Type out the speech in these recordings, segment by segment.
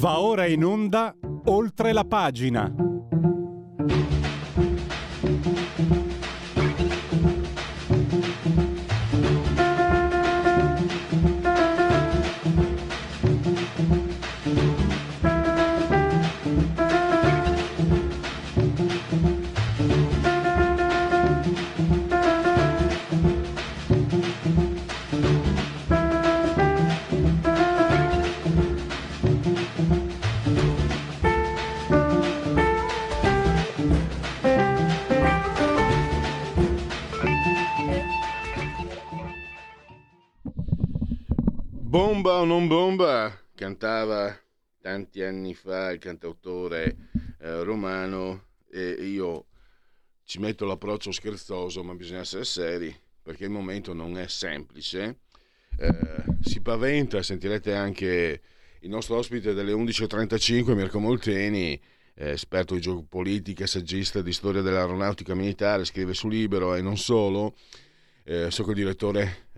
Va ora in onda Oltre la pagina. Bomba o non bomba, cantava tanti anni fa il cantautore romano, e io ci metto l'approccio scherzoso, ma bisogna essere seri perché il momento non è semplice. Si paventa, sentirete anche il nostro ospite delle 11.35, Mirko Molteni, esperto di geopolitica, saggista di storia dell'aeronautica militare, scrive su Libero e non solo. So che il direttore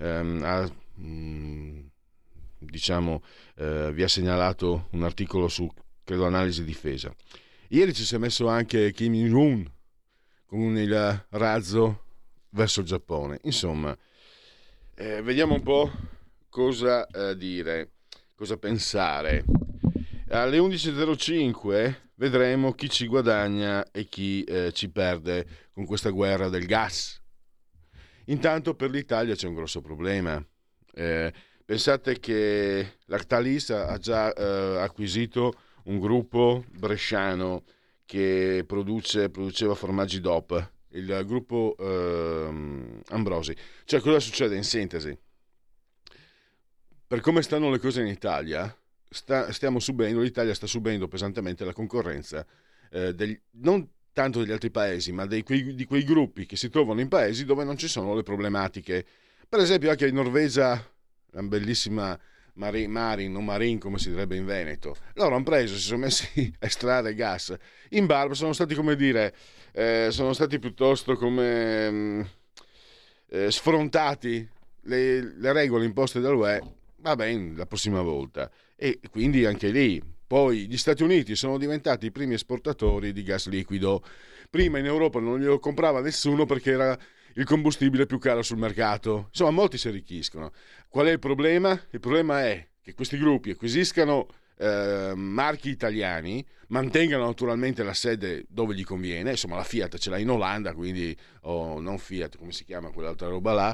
vi ha segnalato un articolo su, credo, analisi difesa. Ieri ci si è messo anche Kim Jong-un con il razzo verso il Giappone. Insomma, vediamo un po' cosa dire, cosa pensare. Alle 11.05 vedremo chi ci guadagna e chi ci perde con questa guerra del gas. Intanto per l'Italia c'è un grosso problema. Pensate che Lactalis ha già acquisito un gruppo bresciano che produceva formaggi DOP, il gruppo Ambrosi. Cioè, cosa succede in sintesi? Per come stanno le cose in Italia, l'Italia sta subendo pesantemente la concorrenza non tanto degli altri paesi, ma di quei gruppi che si trovano in paesi dove non ci sono le problematiche. Per esempio anche in Norvegia, una bellissima Marin, come si direbbe in Veneto. Loro hanno preso, si sono messi a estrarre gas in barba, sono stati, come dire, sono stati piuttosto come sfrontati le regole imposte dall'UE. Va bene, la prossima volta. E quindi anche lì. Poi gli Stati Uniti sono diventati i primi esportatori di gas liquido. Prima in Europa non glielo comprava nessuno perché era il combustibile più caro sul mercato. Insomma, molti si arricchiscono. Qual è il problema? Il problema è che questi gruppi acquisiscano marchi italiani, mantengano naturalmente la sede dove gli conviene. Insomma, la Fiat ce l'ha in Olanda, quindi non Fiat, come si chiama quell'altra roba là,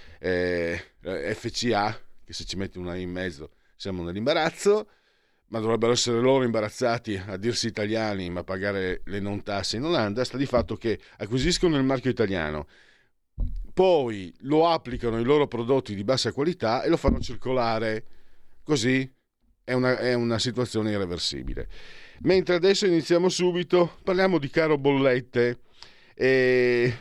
FCA, che se ci metti una in mezzo siamo nell'imbarazzo, ma dovrebbero essere loro imbarazzati a dirsi italiani ma pagare le non tasse in Olanda. Sta di fatto che acquisiscono il marchio italiano, poi lo applicano ai loro prodotti di bassa qualità e lo fanno circolare. Così è una situazione irreversibile. Mentre adesso iniziamo subito, parliamo di caro bollette e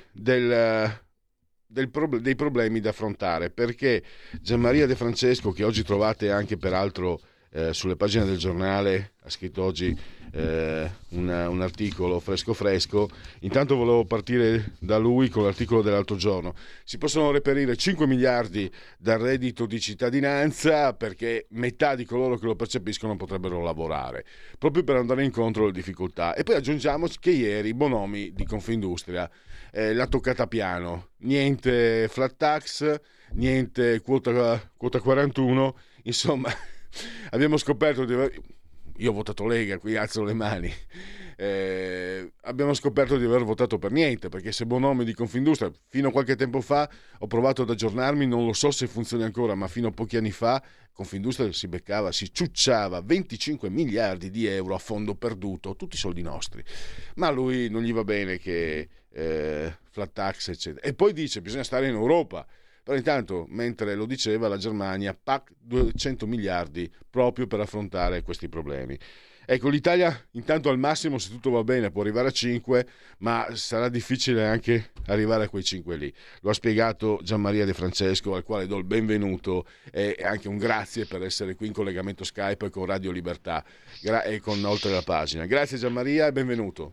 dei problemi da affrontare, perché Gianmaria De Francesco, che oggi trovate anche peraltro sulle pagine del giornale, ha scritto oggi un articolo fresco. Intanto volevo partire da lui con l'articolo dell'altro giorno. Si possono reperire 5 miliardi dal reddito di cittadinanza perché metà di coloro che lo percepiscono potrebbero lavorare, proprio per andare incontro alle difficoltà. E poi aggiungiamo che ieri Bonomi di Confindustria l'ha toccata piano, niente flat tax, niente quota 41, insomma. Abbiamo scoperto io ho votato Lega, qui alzo le mani. Abbiamo scoperto di aver votato per niente, perché se Bonomi di Confindustria, fino a qualche tempo fa ho provato ad aggiornarmi, non lo so se funziona ancora, ma fino a pochi anni fa Confindustria si ciucciava 25 miliardi di euro a fondo perduto, tutti soldi nostri, ma a lui non gli va bene che flat tax eccetera, e poi dice bisogna stare in Europa. Però intanto, mentre lo diceva, la Germania, 200 miliardi proprio per affrontare questi problemi. Ecco, l'Italia intanto al massimo, se tutto va bene, può arrivare a 5, ma sarà difficile anche arrivare a quei 5 lì. Lo ha spiegato Gianmaria De Francesco, al quale do il benvenuto e anche un grazie per essere qui in collegamento Skype con Radio Libertà e con Oltre la pagina. Grazie Gianmaria e benvenuto.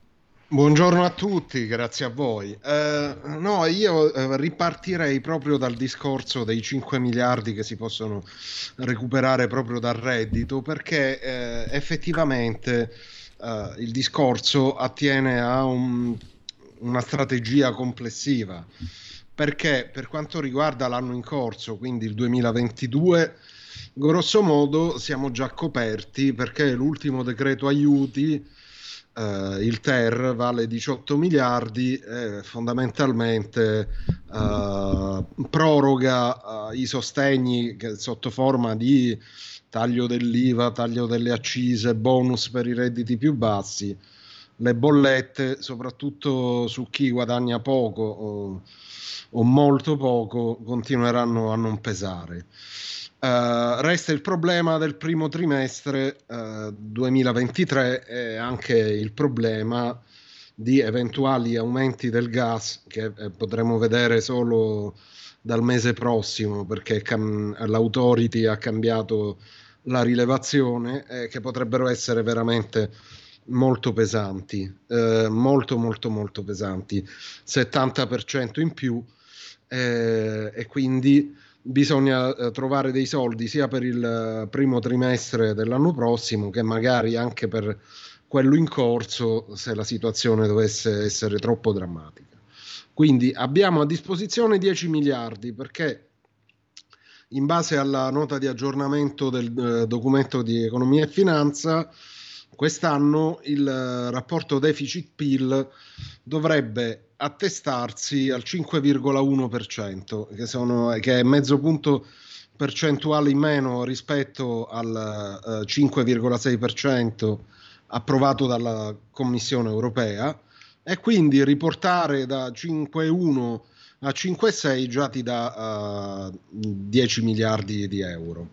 Buongiorno a tutti, grazie a voi. No, io ripartirei proprio dal discorso dei 5 miliardi che si possono recuperare proprio dal reddito, perché effettivamente il discorso attiene a una strategia complessiva. Perché per quanto riguarda l'anno in corso, quindi il 2022, grosso modo siamo già coperti perché l'ultimo decreto aiuti, il TER, vale 18 miliardi e fondamentalmente proroga i sostegni sotto forma di taglio dell'IVA, taglio delle accise, bonus per i redditi più bassi, le bollette, soprattutto su chi guadagna poco o molto poco, continueranno a non pesare. Resta il problema del primo trimestre 2023 e anche il problema di eventuali aumenti del gas che potremo vedere solo dal mese prossimo, perché l'Authority ha cambiato la rilevazione, che potrebbero essere veramente molto pesanti, molto molto molto pesanti, 70% in più, e quindi bisogna trovare dei soldi sia per il primo trimestre dell'anno prossimo che magari anche per quello in corso, se la situazione dovesse essere troppo drammatica. Quindi abbiamo a disposizione 10 miliardi perché in base alla nota di aggiornamento del documento di economia e finanza, quest'anno il rapporto deficit-PIL dovrebbe attestarsi al 5,1%, che è mezzo punto percentuale in meno rispetto al 5,6% approvato dalla Commissione europea, e quindi riportare da 5,1 a 5,6 già ti dà 10 miliardi di euro.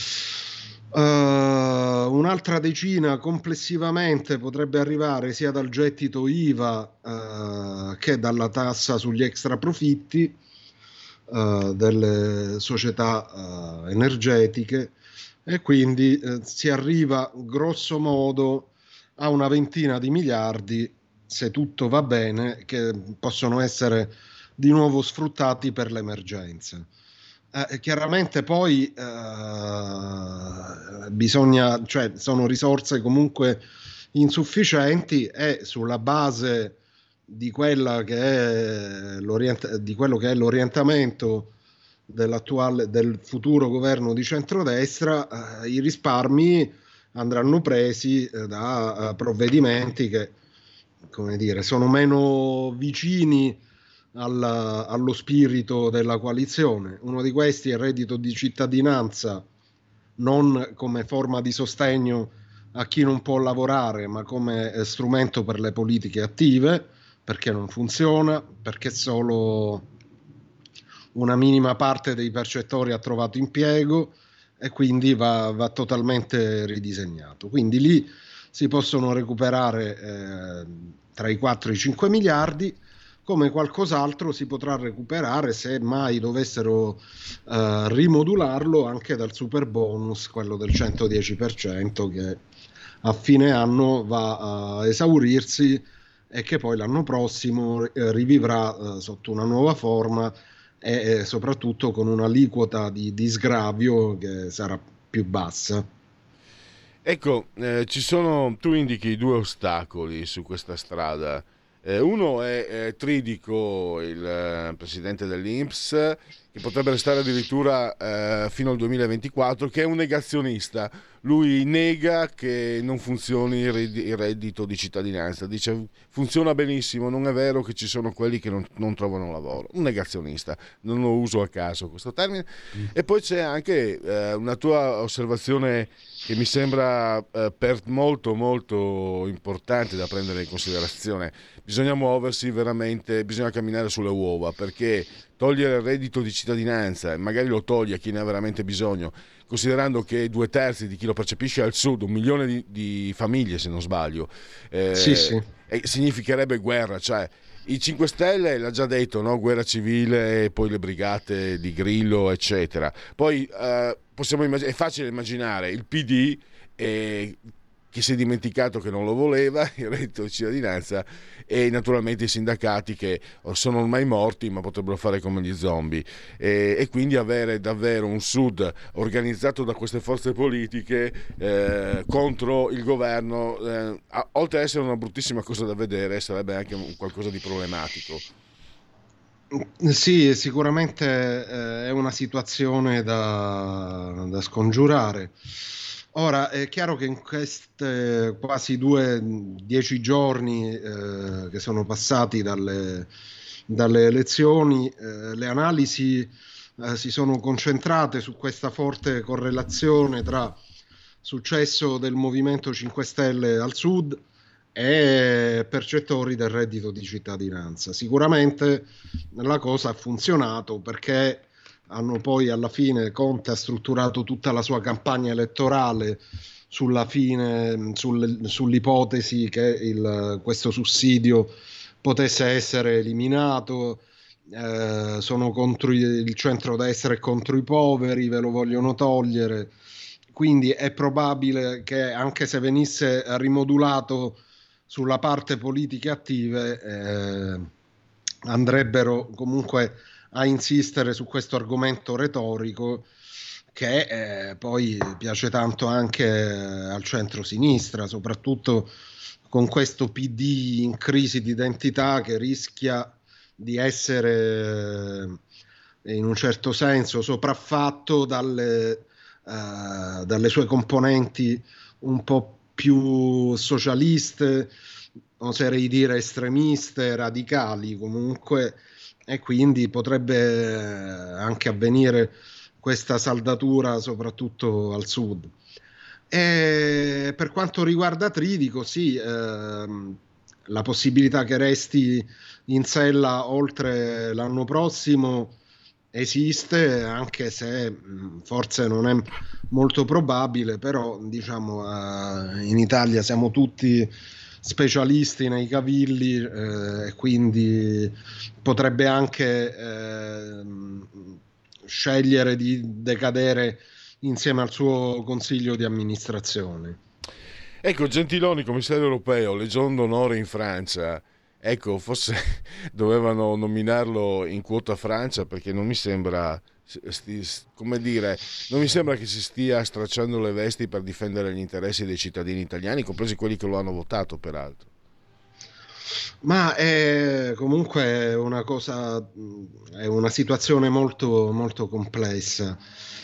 Un'altra decina complessivamente potrebbe arrivare sia dal gettito IVA che dalla tassa sugli extraprofitti delle società energetiche, e quindi si arriva grosso modo a una ventina di miliardi, se tutto va bene, che possono essere di nuovo sfruttati per le emergenze. Chiaramente poi cioè sono risorse comunque insufficienti, e sulla base di quella che è di quello che è l'orientamento del futuro governo di centrodestra, i risparmi andranno presi da provvedimenti che, come dire, sono meno vicini allo spirito della coalizione. Uno di questi è il reddito di cittadinanza, non come forma di sostegno a chi non può lavorare, ma come strumento per le politiche attive, perché non funziona, perché solo una minima parte dei percettori ha trovato impiego, e quindi va totalmente ridisegnato. Quindi lì si possono recuperare tra i 4 e i 5 miliardi, come qualcos'altro si potrà recuperare se mai dovessero rimodularlo anche dal super bonus, quello del 110%, che a fine anno va a esaurirsi e che poi l'anno prossimo rivivrà sotto una nuova forma e soprattutto con un'aliquota di sgravio che sarà più bassa. Ecco, tu indichi due ostacoli su questa strada. Uno è Tridico, il presidente dell'INPS, che potrebbe restare addirittura fino al 2024, che è un negazionista. Lui nega che non funzioni il reddito di cittadinanza, dice funziona benissimo, non è vero che ci sono quelli che non trovano lavoro. Un negazionista, non lo uso a caso questo termine. E poi c'è anche una tua osservazione che mi sembra molto molto importante da prendere in considerazione. Bisogna muoversi veramente, bisogna camminare sulle uova, perché togliere il reddito di cittadinanza, e magari lo toglie a chi ne ha veramente bisogno, considerando che 2/3 di chi lo percepisce al sud, 1 milione di famiglie se non sbaglio, Sì, sì. significherebbe guerra. Cioè i 5 Stelle l'ha già detto, no? Guerra civile, e poi le brigate di Grillo eccetera. Poi è facile immaginare il PD chi si è dimenticato che non lo voleva, il reddito di cittadinanza, e naturalmente i sindacati che sono ormai morti ma potrebbero fare come gli zombie, e quindi avere davvero un Sud organizzato da queste forze politiche contro il governo, oltre ad essere una bruttissima cosa da vedere, sarebbe anche qualcosa di problematico. Sì, sicuramente è una situazione da scongiurare. Ora, è chiaro che in questi quasi 10 giorni che sono passati dalle elezioni, le analisi si sono concentrate su questa forte correlazione tra successo del Movimento 5 Stelle al sud e percettori del reddito di cittadinanza. Sicuramente la cosa ha funzionato perché hanno poi alla fine Conte ha strutturato tutta la sua campagna elettorale sull'ipotesi che questo sussidio potesse essere eliminato. Sono contro il centrodestra e contro i poveri, ve lo vogliono togliere. Quindi è probabile che anche se venisse rimodulato sulla parte politiche attive, andrebbero comunque a insistere su questo argomento retorico che poi piace tanto anche al centro-sinistra, soprattutto con questo PD in crisi di identità che rischia di essere in un certo senso sopraffatto dalle sue componenti un po' più socialiste, oserei dire estremiste, radicali comunque, e quindi potrebbe anche avvenire questa saldatura soprattutto al sud. E per quanto riguarda Tridico, sì, la possibilità che resti in sella oltre l'anno prossimo esiste, anche se forse non è molto probabile, però diciamo in Italia siamo tutti specialisti nei cavilli, e quindi potrebbe anche scegliere di decadere insieme al suo consiglio di amministrazione. Ecco, Gentiloni, commissario europeo, legion d'onore in Francia. Ecco, forse dovevano nominarlo in quota Francia, perché non mi sembra, come dire, non mi sembra che si stia stracciando le vesti per difendere gli interessi dei cittadini italiani, compresi quelli che lo hanno votato, peraltro. Ma è comunque è una situazione molto, molto complessa.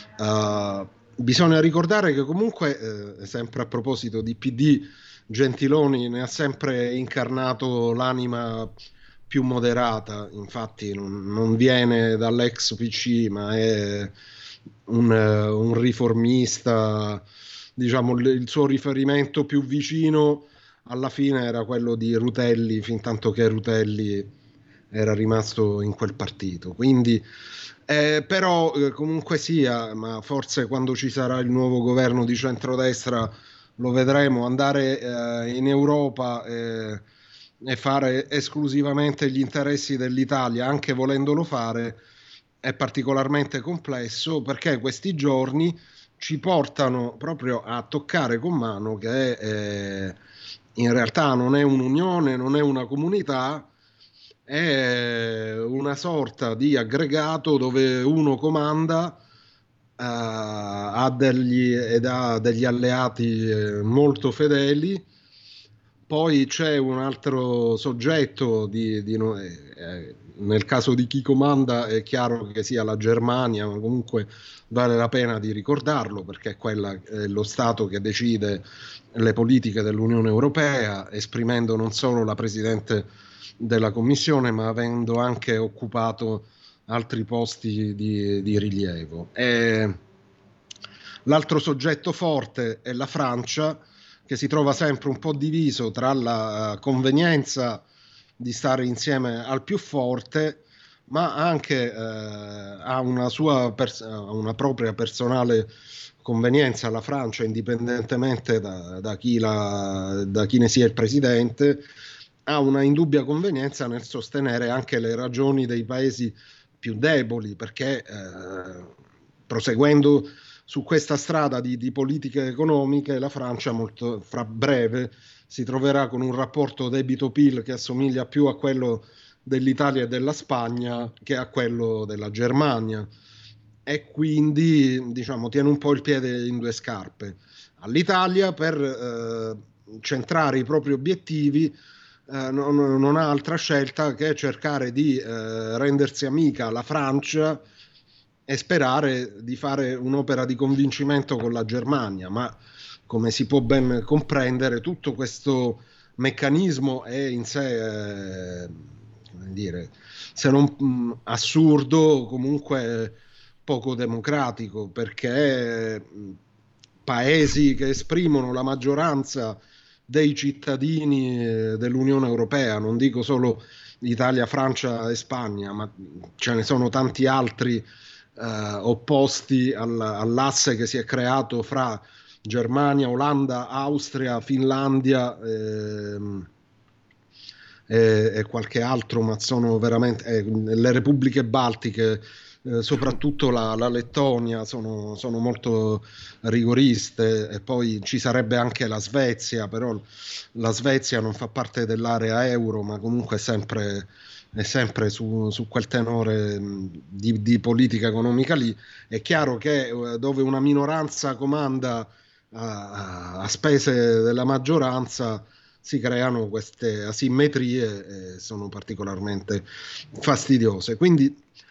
Bisogna ricordare che comunque, sempre a proposito di PD, Gentiloni ne ha sempre incarnato l'anima più moderata, infatti non viene dall'ex PC, ma è un riformista, diciamo il suo riferimento più vicino alla fine era quello di Rutelli, fin tanto che Rutelli era rimasto in quel partito. Quindi, però comunque sia, ma forse quando ci sarà il nuovo governo di centrodestra lo vedremo andare in Europa e fare esclusivamente gli interessi dell'Italia, anche volendolo fare, è particolarmente complesso perché questi giorni ci portano proprio a toccare con mano che in realtà non è un'unione, non è una comunità, è una sorta di aggregato dove uno comanda, ha degli alleati molto fedeli, poi c'è un altro soggetto nel caso di chi comanda è chiaro che sia la Germania, ma comunque vale la pena di ricordarlo perché è lo Stato che decide le politiche dell'Unione Europea, esprimendo non solo la Presidente della Commissione, ma avendo anche occupato altri posti di rilievo. L'altro soggetto forte è la Francia, che si trova sempre un po' diviso tra la convenienza di stare insieme al più forte, ma anche ha una propria personale convenienza. La Francia, indipendentemente da chi ne sia il presidente, ha una indubbia convenienza nel sostenere anche le ragioni dei paesi più deboli, perché proseguendo su questa strada di politiche economiche la Francia molto fra breve si troverà con un rapporto debito-PIL che assomiglia più a quello dell'Italia e della Spagna che a quello della Germania, e quindi diciamo tiene un po' il piede in due scarpe. All'Italia per centrare i propri obiettivi non ha altra scelta che cercare di rendersi amica la Francia e sperare di fare un'opera di convincimento con la Germania, ma come si può ben comprendere tutto questo meccanismo è in sé come dire, se non assurdo, comunque poco democratico, perché paesi che esprimono la maggioranza dei cittadini dell'Unione Europea, non dico solo Italia, Francia e Spagna, ma ce ne sono tanti altri opposti all'asse che si è creato fra Germania, Olanda, Austria, Finlandia e qualche altro, ma sono veramente le repubbliche baltiche, soprattutto la Lettonia, sono molto rigoriste, e poi ci sarebbe anche la Svezia, però la Svezia non fa parte dell'area euro, ma comunque è sempre su quel tenore di politica economica lì. È chiaro che dove una minoranza comanda a spese della maggioranza si creano queste asimmetrie e sono particolarmente fastidiose. Quindi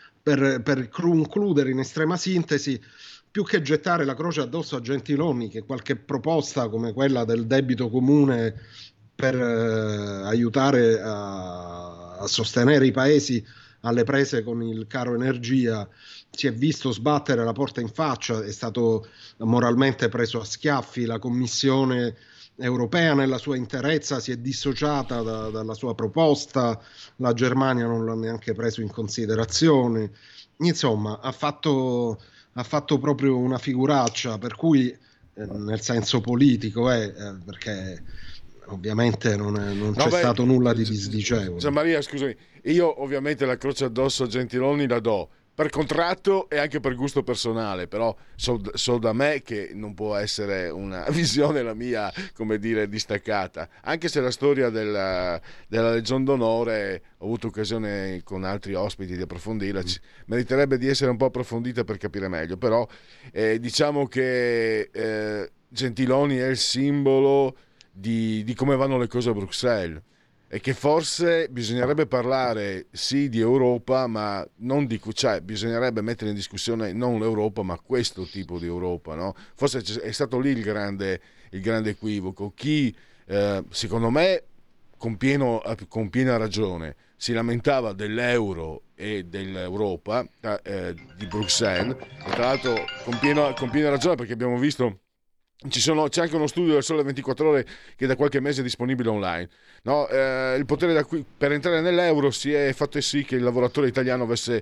per concludere in estrema sintesi, più che gettare la croce addosso a Gentiloni, che qualche proposta come quella del debito comune per aiutare a sostenere i paesi alle prese con il caro energia si è visto sbattere la porta in faccia, è stato moralmente preso a schiaffi. La Commissione europea nella sua interezza si è dissociata dalla sua proposta, la Germania non l'ha neanche preso in considerazione, insomma ha fatto proprio una figuraccia, per cui nel senso politico perché ovviamente non c'è stato nulla di disdicevole. Gianmaria, scusami, io ovviamente la croce addosso a Gentiloni la do per contratto e anche per gusto personale, però so da me che non può essere una visione la mia, come dire, distaccata, anche se la storia della Legion d'Onore ho avuto occasione con altri ospiti di approfondirla, meriterebbe di essere un po' approfondita per capire meglio, però diciamo che Gentiloni è il simbolo di come vanno le cose a Bruxelles, e che forse bisognerebbe parlare sì di Europa, ma non cioè bisognerebbe mettere in discussione non l'Europa ma questo tipo di Europa, no? Forse è stato lì il grande equivoco. Chi secondo me con piena ragione si lamentava dell'euro e dell'Europa di Bruxelles, e tra l'altro con piena ragione, perché abbiamo visto c'è anche uno studio del Sole 24 Ore che da qualche mese è disponibile online, no? Il potere per entrare nell'euro si è fatto sì che il lavoratore italiano avesse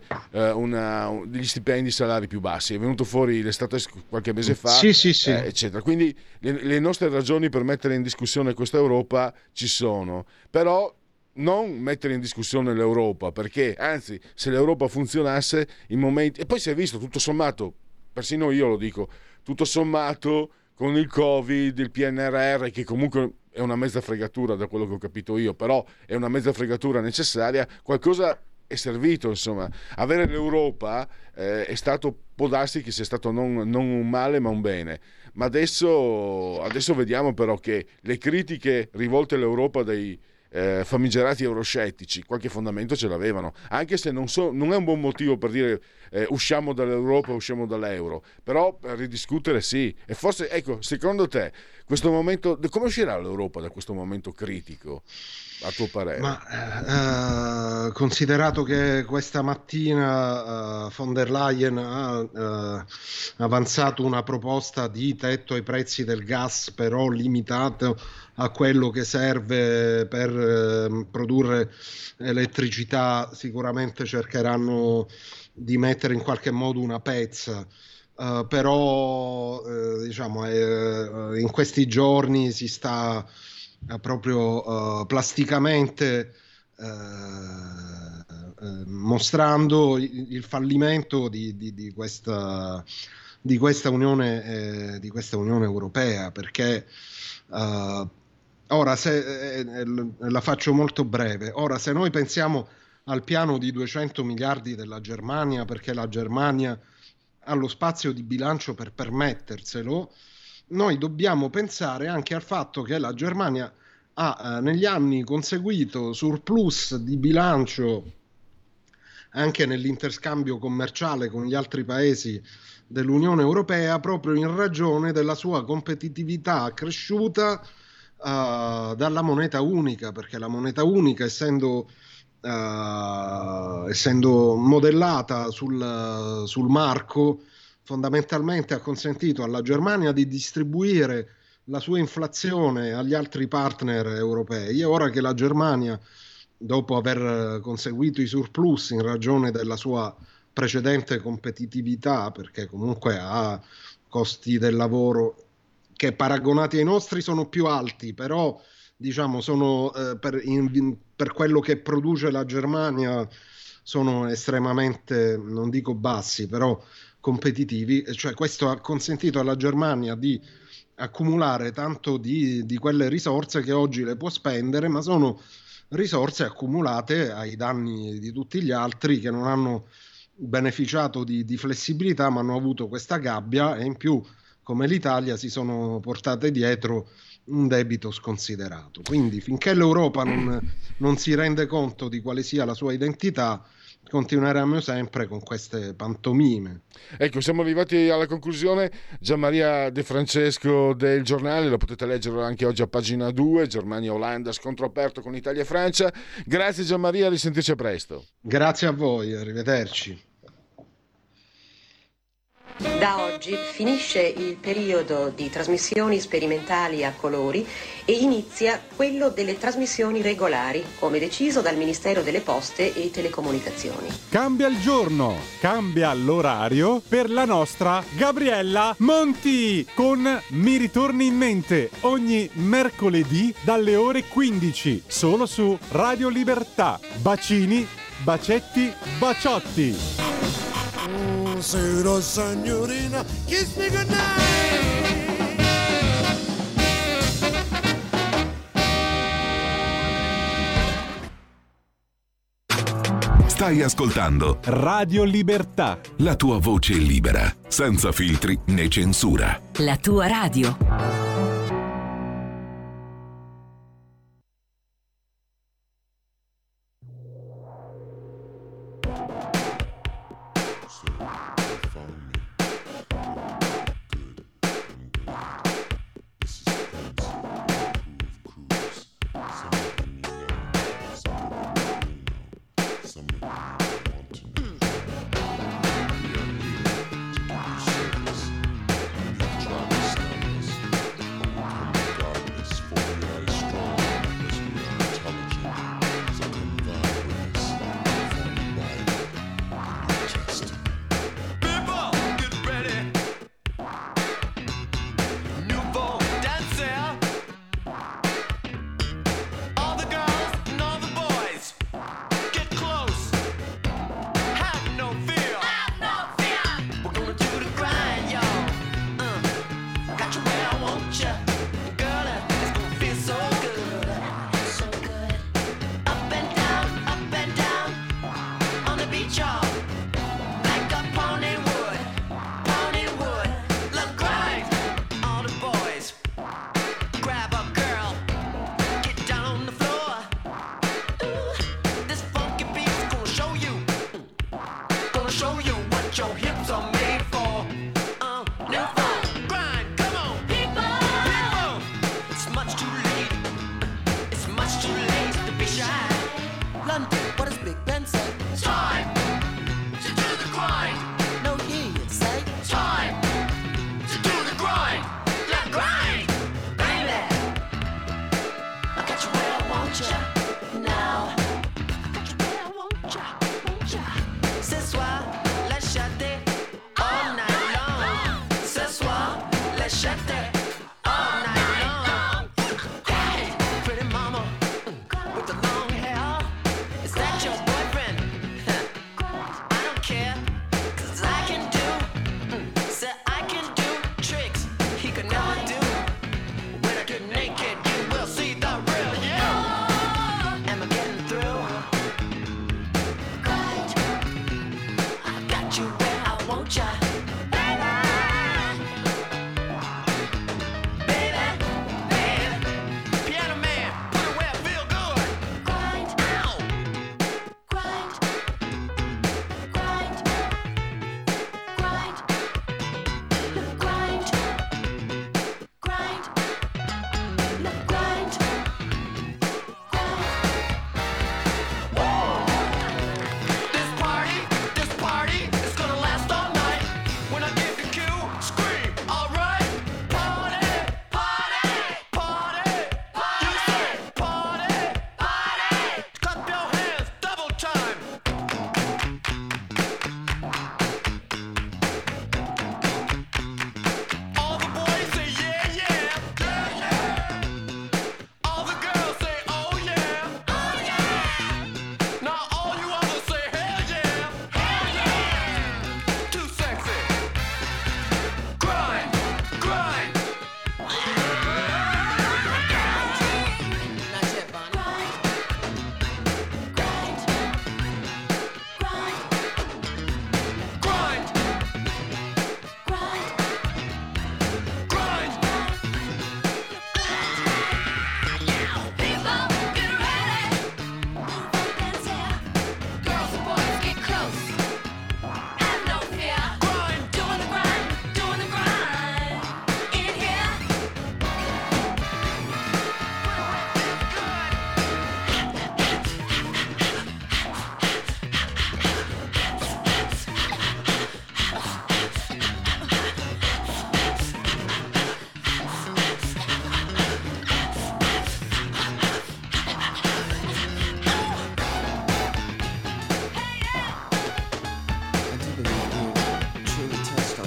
degli stipendi, salari più bassi. È venuto fuori l'estate qualche mese fa, sì. eccetera. Quindi le nostre ragioni per mettere in discussione questa Europa ci sono, però non mettere in discussione l'Europa, perché anzi, se l'Europa funzionasse in momenti, e poi si è visto tutto sommato, persino io lo dico, tutto sommato con il Covid, il PNRR, che comunque è una mezza fregatura da quello che ho capito io, però è una mezza fregatura necessaria, qualcosa è servito, insomma. Avere l'Europa è stato, può darsi che sia stato non un male ma un bene, ma adesso vediamo però che le critiche rivolte all'Europa dai famigerati euroscettici qualche fondamento ce l'avevano, anche se non è un buon motivo per dire usciamo dall'Europa, usciamo dall'euro, però per ridiscutere sì. E forse, ecco, secondo te questo momento, come uscirà l'Europa da questo momento critico, a tuo parere? Ma considerato che questa mattina von der Leyen ha avanzato una proposta di tetto ai prezzi del gas, però limitato a quello che serve per produrre elettricità, sicuramente cercheranno di mettere in qualche modo una pezza. Però diciamo in questi giorni si sta proprio plasticamente mostrando il fallimento di questa di questa Unione Europea, perché ora la faccio molto breve. Ora, se noi pensiamo al piano di 200 miliardi della Germania, perché la Germania ha lo spazio di bilancio per permetterselo, noi dobbiamo pensare anche al fatto che la Germania ha negli anni conseguito surplus di bilancio anche nell'interscambio commerciale con gli altri paesi dell'Unione Europea, proprio in ragione della sua competitività accresciuta dalla moneta unica, perché la moneta unica, essendo modellata sul marco, fondamentalmente ha consentito alla Germania di distribuire la sua inflazione agli altri partner europei. E ora che la Germania, dopo aver conseguito i surplus in ragione della sua precedente competitività, perché comunque ha costi del lavoro che paragonati ai nostri sono più alti, però diciamo sono per quello che produce la Germania sono estremamente, non dico bassi, però competitivi. Cioè, questo ha consentito alla Germania di accumulare tanto di quelle risorse che oggi le può spendere, ma sono risorse accumulate ai danni di tutti gli altri che non hanno beneficiato di flessibilità, ma hanno avuto questa gabbia, e in più, come l'Italia, si sono portate dietro un debito sconsiderato. Quindi finché l'Europa non si rende conto di quale sia la sua identità, continueremo sempre con queste pantomime. Ecco, siamo arrivati alla conclusione. Gianmaria De Francesco del Giornale, lo potete leggere anche oggi a pagina 2, Germania-Olanda, scontro aperto con Italia e Francia. Grazie Gianmaria, risentirci a presto. Grazie a voi, arrivederci. Da oggi finisce il periodo di trasmissioni sperimentali a colori e inizia quello delle trasmissioni regolari, come deciso dal Ministero delle Poste e Telecomunicazioni. Cambia il giorno, cambia l'orario per la nostra Gabriella Monti con Mi ritorni in mente ogni mercoledì dalle ore 15, solo su Radio Libertà. Bacini, bacetti, baciotti. Sera signorina, kiss me goodnight. Stai ascoltando Radio Libertà, la tua voce libera, senza filtri né censura. La tua radio.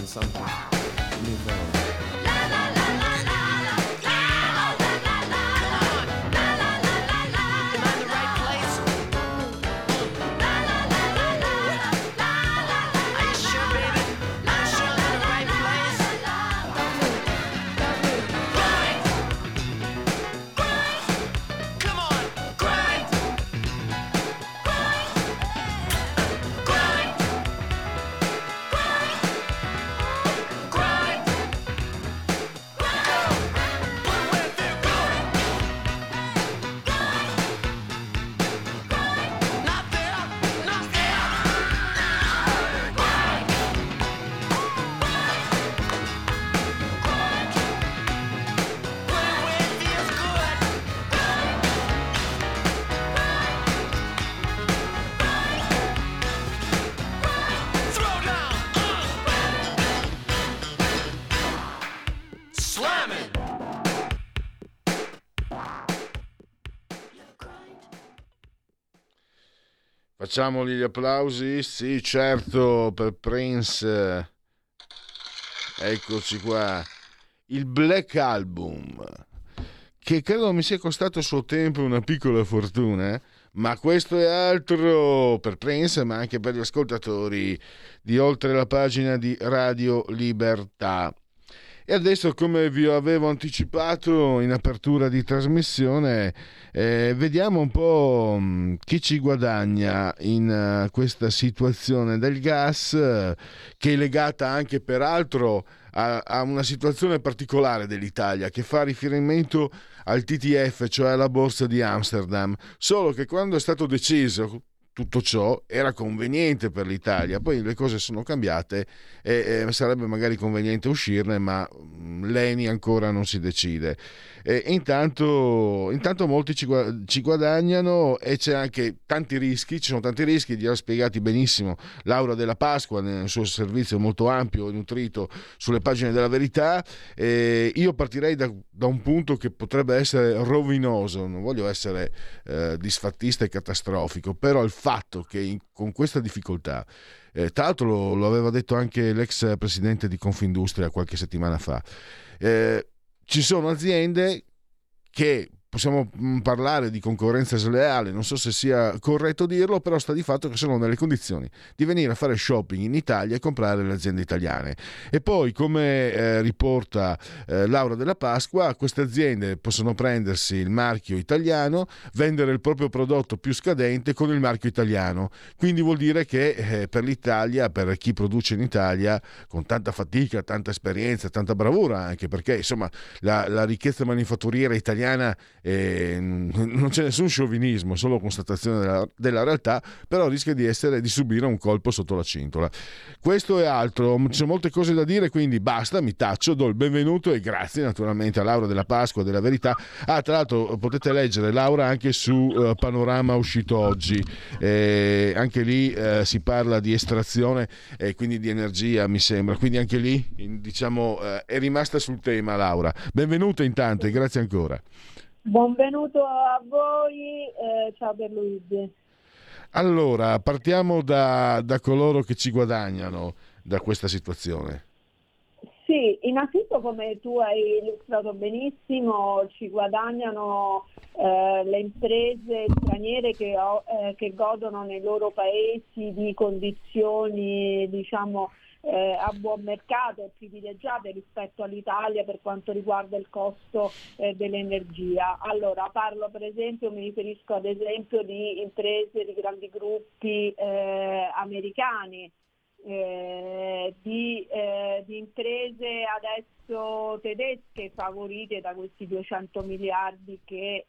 something. New phone. Facciamogli gli applausi? Sì, certo, per Prince. Eccoci qua. Il Black Album, che credo mi sia costato a suo tempo una piccola fortuna, ma questo è altro per Prince, ma anche per gli ascoltatori di oltre la pagina di Radio Libertà. E adesso, come vi avevo anticipato in apertura di trasmissione, vediamo un po' chi ci guadagna in questa situazione del gas, che è legata anche peraltro a una situazione particolare dell'Italia, che fa riferimento al TTF, cioè alla borsa di Amsterdam. Solo che quando è stato deciso tutto ciò era conveniente per l'Italia, poi le cose sono cambiate e sarebbe magari conveniente uscirne, ma l'ENI ancora non si decide. Intanto molti ci guadagnano, e c'è anche tanti rischi, ci sono tanti rischi, li ha spiegati benissimo Laura Della Pasqua nel suo servizio molto ampio e nutrito sulle pagine della Verità. Io partirei da un punto che potrebbe essere rovinoso, non voglio essere disfattista e catastrofico, però il fatto che con questa difficoltà, tra l'altro lo aveva detto anche l'ex presidente di Confindustria qualche settimana fa, ci sono aziende che possiamo parlare di concorrenza sleale, non so se sia corretto dirlo, però sta di fatto che sono nelle condizioni di venire a fare shopping in Italia e comprare le aziende italiane. E poi, come riporta Laura Della Pasqua, queste aziende possono prendersi il marchio italiano, vendere il proprio prodotto più scadente con il marchio italiano. Quindi vuol dire che per l'Italia, per chi produce in Italia, con tanta fatica, tanta esperienza, tanta bravura, anche perché insomma la ricchezza manifatturiera italiana, non c'è nessun sciovinismo, è solo constatazione della realtà, però rischia di subire un colpo sotto la cintola. Questo è altro, ci sono molte cose da dire, quindi basta, mi taccio, do il benvenuto e grazie naturalmente a Laura Della Pasqua della Verità. Tra l'altro potete leggere Laura anche su Panorama, uscito oggi, anche lì si parla di estrazione e quindi di energia, mi sembra, quindi anche lì diciamo è rimasta sul tema. Laura, benvenuta intanto e grazie ancora. Benvenuto a voi, ciao Pierluigi. Allora, partiamo da coloro che ci guadagnano da questa situazione. Sì, innanzitutto, come tu hai illustrato benissimo, ci guadagnano le imprese straniere che godono nei loro paesi di condizioni, diciamo, a buon mercato e privilegiate rispetto all'Italia per quanto riguarda il costo dell'energia. Allora, mi riferisco ad esempio di imprese di grandi gruppi americani, di imprese adesso tedesche favorite da questi 200 miliardi che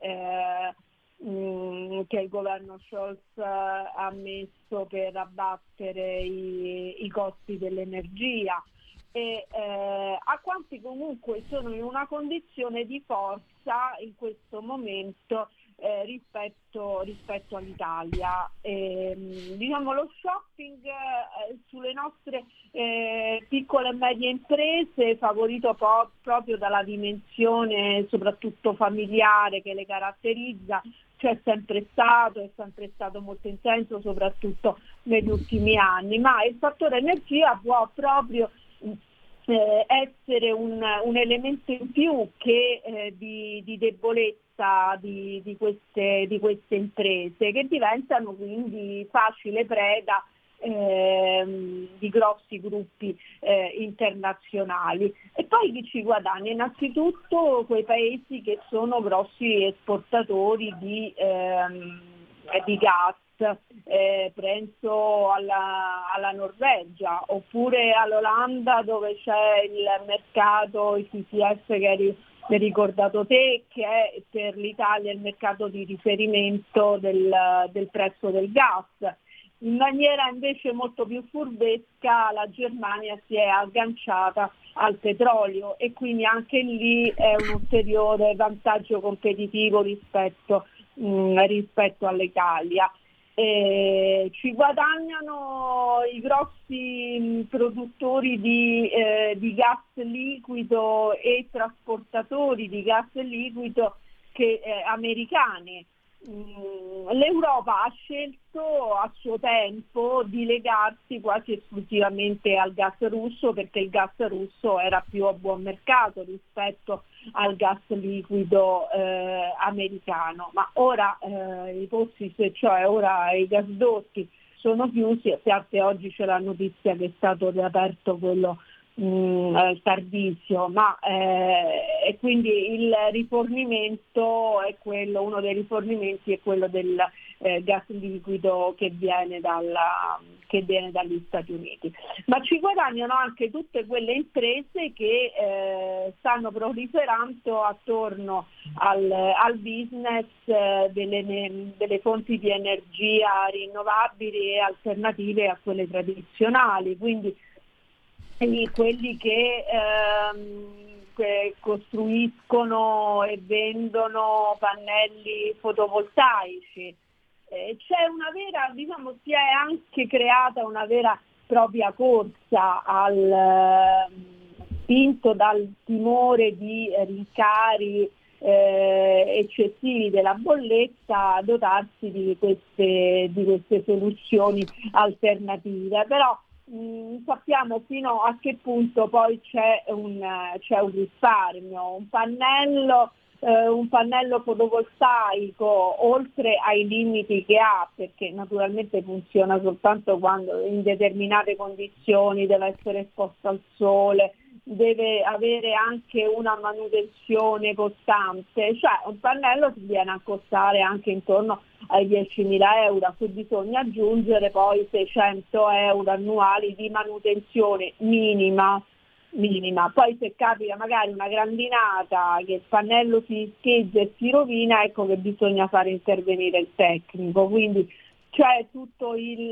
il governo Scholz ha messo per abbattere i costi dell'energia, e a quanti comunque sono in una condizione di forza in questo momento rispetto all'Italia. Diciamo, lo shopping sulle nostre piccole e medie imprese, favorito proprio dalla dimensione soprattutto familiare che le caratterizza, è sempre stato molto intenso soprattutto negli ultimi anni, ma il fattore energia può proprio essere un elemento in più che di debolezza di queste imprese, che diventano quindi facile preda di grossi gruppi internazionali. E poi chi ci guadagna? Innanzitutto quei paesi che sono grossi esportatori di gas. Penso alla Norvegia oppure all'Olanda, dove c'è il mercato, il TTF che hai ricordato te, che è per l'Italia il mercato di riferimento del prezzo del gas. In maniera invece molto più furbesca la Germania si è agganciata al petrolio e quindi anche lì è un ulteriore vantaggio competitivo rispetto all'Italia. Ci guadagnano i grossi produttori di gas liquido e trasportatori di gas liquido americani. L'Europa ha scelto a suo tempo di legarsi quasi esclusivamente al gas russo, perché il gas russo era più a buon mercato rispetto al gas liquido americano, ma ora i pozzi, cioè ora i gasdotti sono chiusi, a parte oggi c'è la notizia che è stato riaperto quello Tardisio, ma e quindi il rifornimento è quello, uno dei rifornimenti è quello del gas liquido che viene dagli Stati Uniti. Ma ci guadagnano anche tutte quelle imprese che stanno proliferando attorno al business delle fonti di energia rinnovabili e alternative a quelle tradizionali, quindi quelli che costruiscono e vendono pannelli fotovoltaici. C'è una vera, si è anche creata una vera e propria corsa spinto dal timore di rincari eccessivi della bolletta, a dotarsi di queste soluzioni alternative, però sappiamo fino a che punto poi c'è un risparmio. Un pannello fotovoltaico, oltre ai limiti che ha, perché naturalmente funziona soltanto quando in determinate condizioni deve essere esposto al sole, deve avere anche una manutenzione costante, cioè un pannello si viene a costare anche intorno ai 10.000 euro, a cui bisogna aggiungere poi 600 euro annuali di manutenzione minima. Poi se capita magari una grandinata che il pannello si scheggia e si rovina, ecco che bisogna fare intervenire il tecnico. Quindi c'è tutto il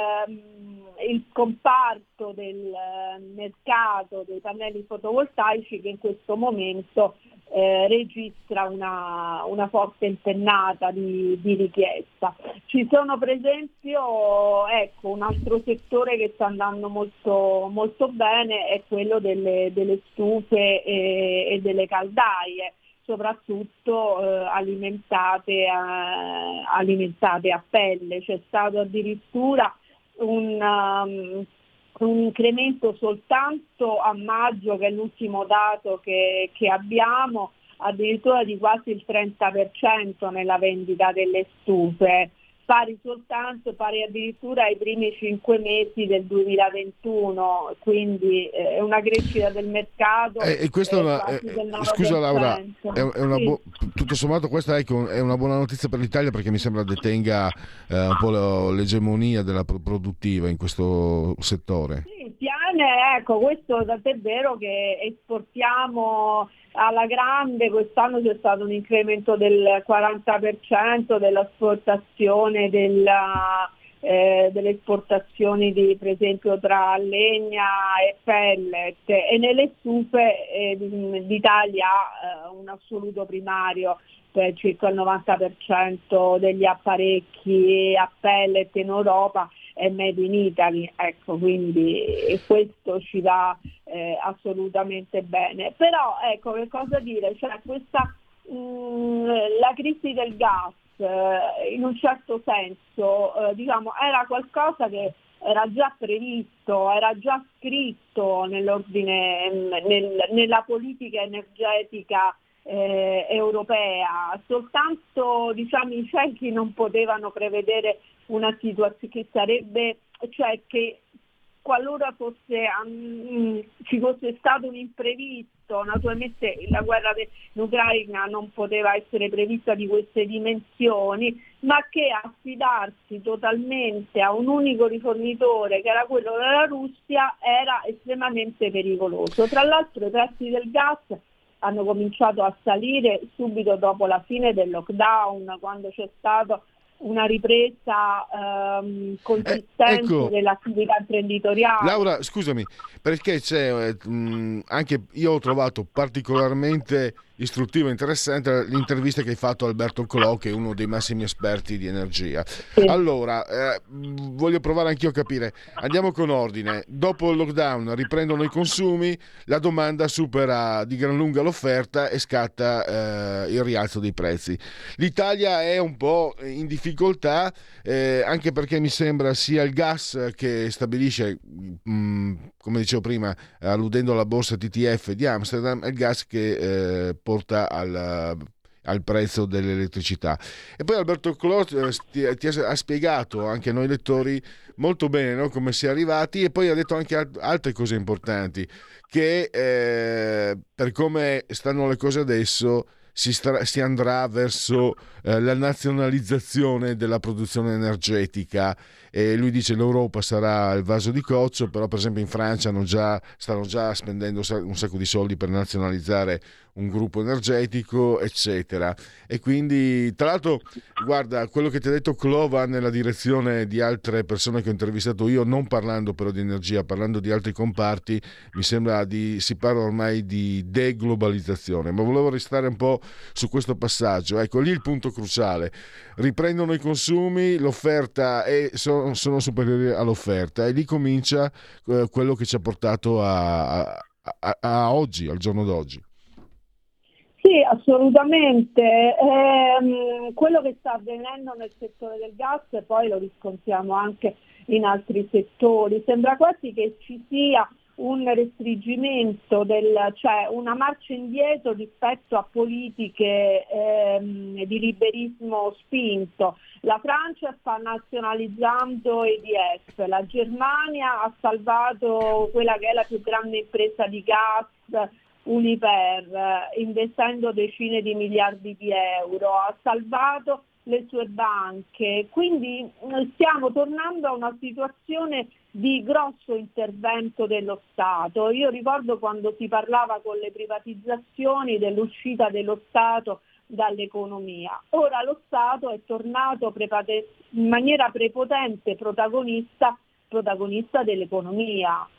comparto del mercato dei pannelli fotovoltaici che in questo momento registra una forte impennata di richiesta. Ci sono per esempio un altro settore che sta andando molto, molto bene è quello delle stufe e delle caldaie, soprattutto alimentate a pelle. C'è stato addirittura un incremento soltanto a maggio, che è l'ultimo dato che abbiamo, addirittura di quasi il 30% nella vendita delle stufe, pari addirittura ai primi 5 mesi del 2021, quindi è una crescita del mercato. E questo scusa Laura, tutto sommato questa è una buona notizia per l'Italia, perché mi sembra detenga un po' l'egemonia della produttiva in questo settore. Sì, questo tant'è vero che esportiamo alla grande. Quest'anno c'è stato un incremento del 40% dell'esportazione delle esportazioni per esempio tra legna e pellet, e nelle stufe l'Italia ha un assoluto primario, per circa il 90% degli apparecchi a pellet in Europa è made in Italy, ecco, quindi questo ci va assolutamente bene. Però ecco, che cosa dire, cioè la crisi del gas in un certo senso era qualcosa che era già previsto, era già scritto nell'ordine, nella politica energetica europea, soltanto diciamo i cechi non potevano prevedere una situazione che sarebbe, cioè che qualora ci fosse stato un imprevisto, naturalmente la guerra in Ucraina non poteva essere prevista di queste dimensioni, ma che affidarsi totalmente a un unico rifornitore, che era quello della Russia, era estremamente pericoloso. Tra l'altro i prezzi del gas hanno cominciato a salire subito dopo la fine del lockdown, quando c'è stato una ripresa consistente ecco, dell'attività imprenditoriale. Laura, scusami, perché c'è anche io ho trovato particolarmente istruttiva e interessante l'intervista che hai fatto a Alberto Colò, che è uno dei massimi esperti di energia. Sì. Allora, voglio provare anch'io a capire. Andiamo con ordine. Dopo il lockdown riprendono i consumi, la domanda supera di gran lunga l'offerta e scatta il rialzo dei prezzi. L'Italia è un po' in difficoltà, anche perché mi sembra sia il gas che stabilisce, come dicevo prima, alludendo alla borsa TTF di Amsterdam, è il gas che porta al prezzo dell'elettricità. E poi Alberto Colò ti ha spiegato anche a noi lettori molto bene, no, come si è arrivati, e poi ha detto anche altre cose importanti, che per come stanno le cose adesso si andrà verso la nazionalizzazione della produzione energetica, e lui dice l'Europa sarà il vaso di coccio, però per esempio in Francia stanno già spendendo un sacco di soldi per nazionalizzare un gruppo energetico, eccetera. E quindi, tra l'altro, guarda, quello che ti ha detto Clo va nella direzione di altre persone che ho intervistato io, non parlando però di energia, parlando di altri comparti. Mi sembra si parla ormai di deglobalizzazione, ma volevo restare un po' su questo passaggio. Ecco, lì il punto cruciale: riprendono i consumi, l'offerta sono superiori all'offerta, e lì comincia quello che ci ha portato a oggi, al giorno d'oggi. Sì, assolutamente. Quello che sta avvenendo nel settore del gas poi lo riscontriamo anche in altri settori. Sembra quasi che ci sia un restringimento, cioè una marcia indietro rispetto a politiche di liberismo spinto. La Francia sta nazionalizzando EDF, la Germania ha salvato quella che è la più grande impresa di gas, Uniper, investendo decine di miliardi di euro, ha salvato le sue banche, quindi stiamo tornando a una situazione di grosso intervento dello Stato. Io ricordo quando si parlava con le privatizzazioni dell'uscita dello Stato dall'economia. Ora lo Stato è tornato in maniera prepotente protagonista dell'economia.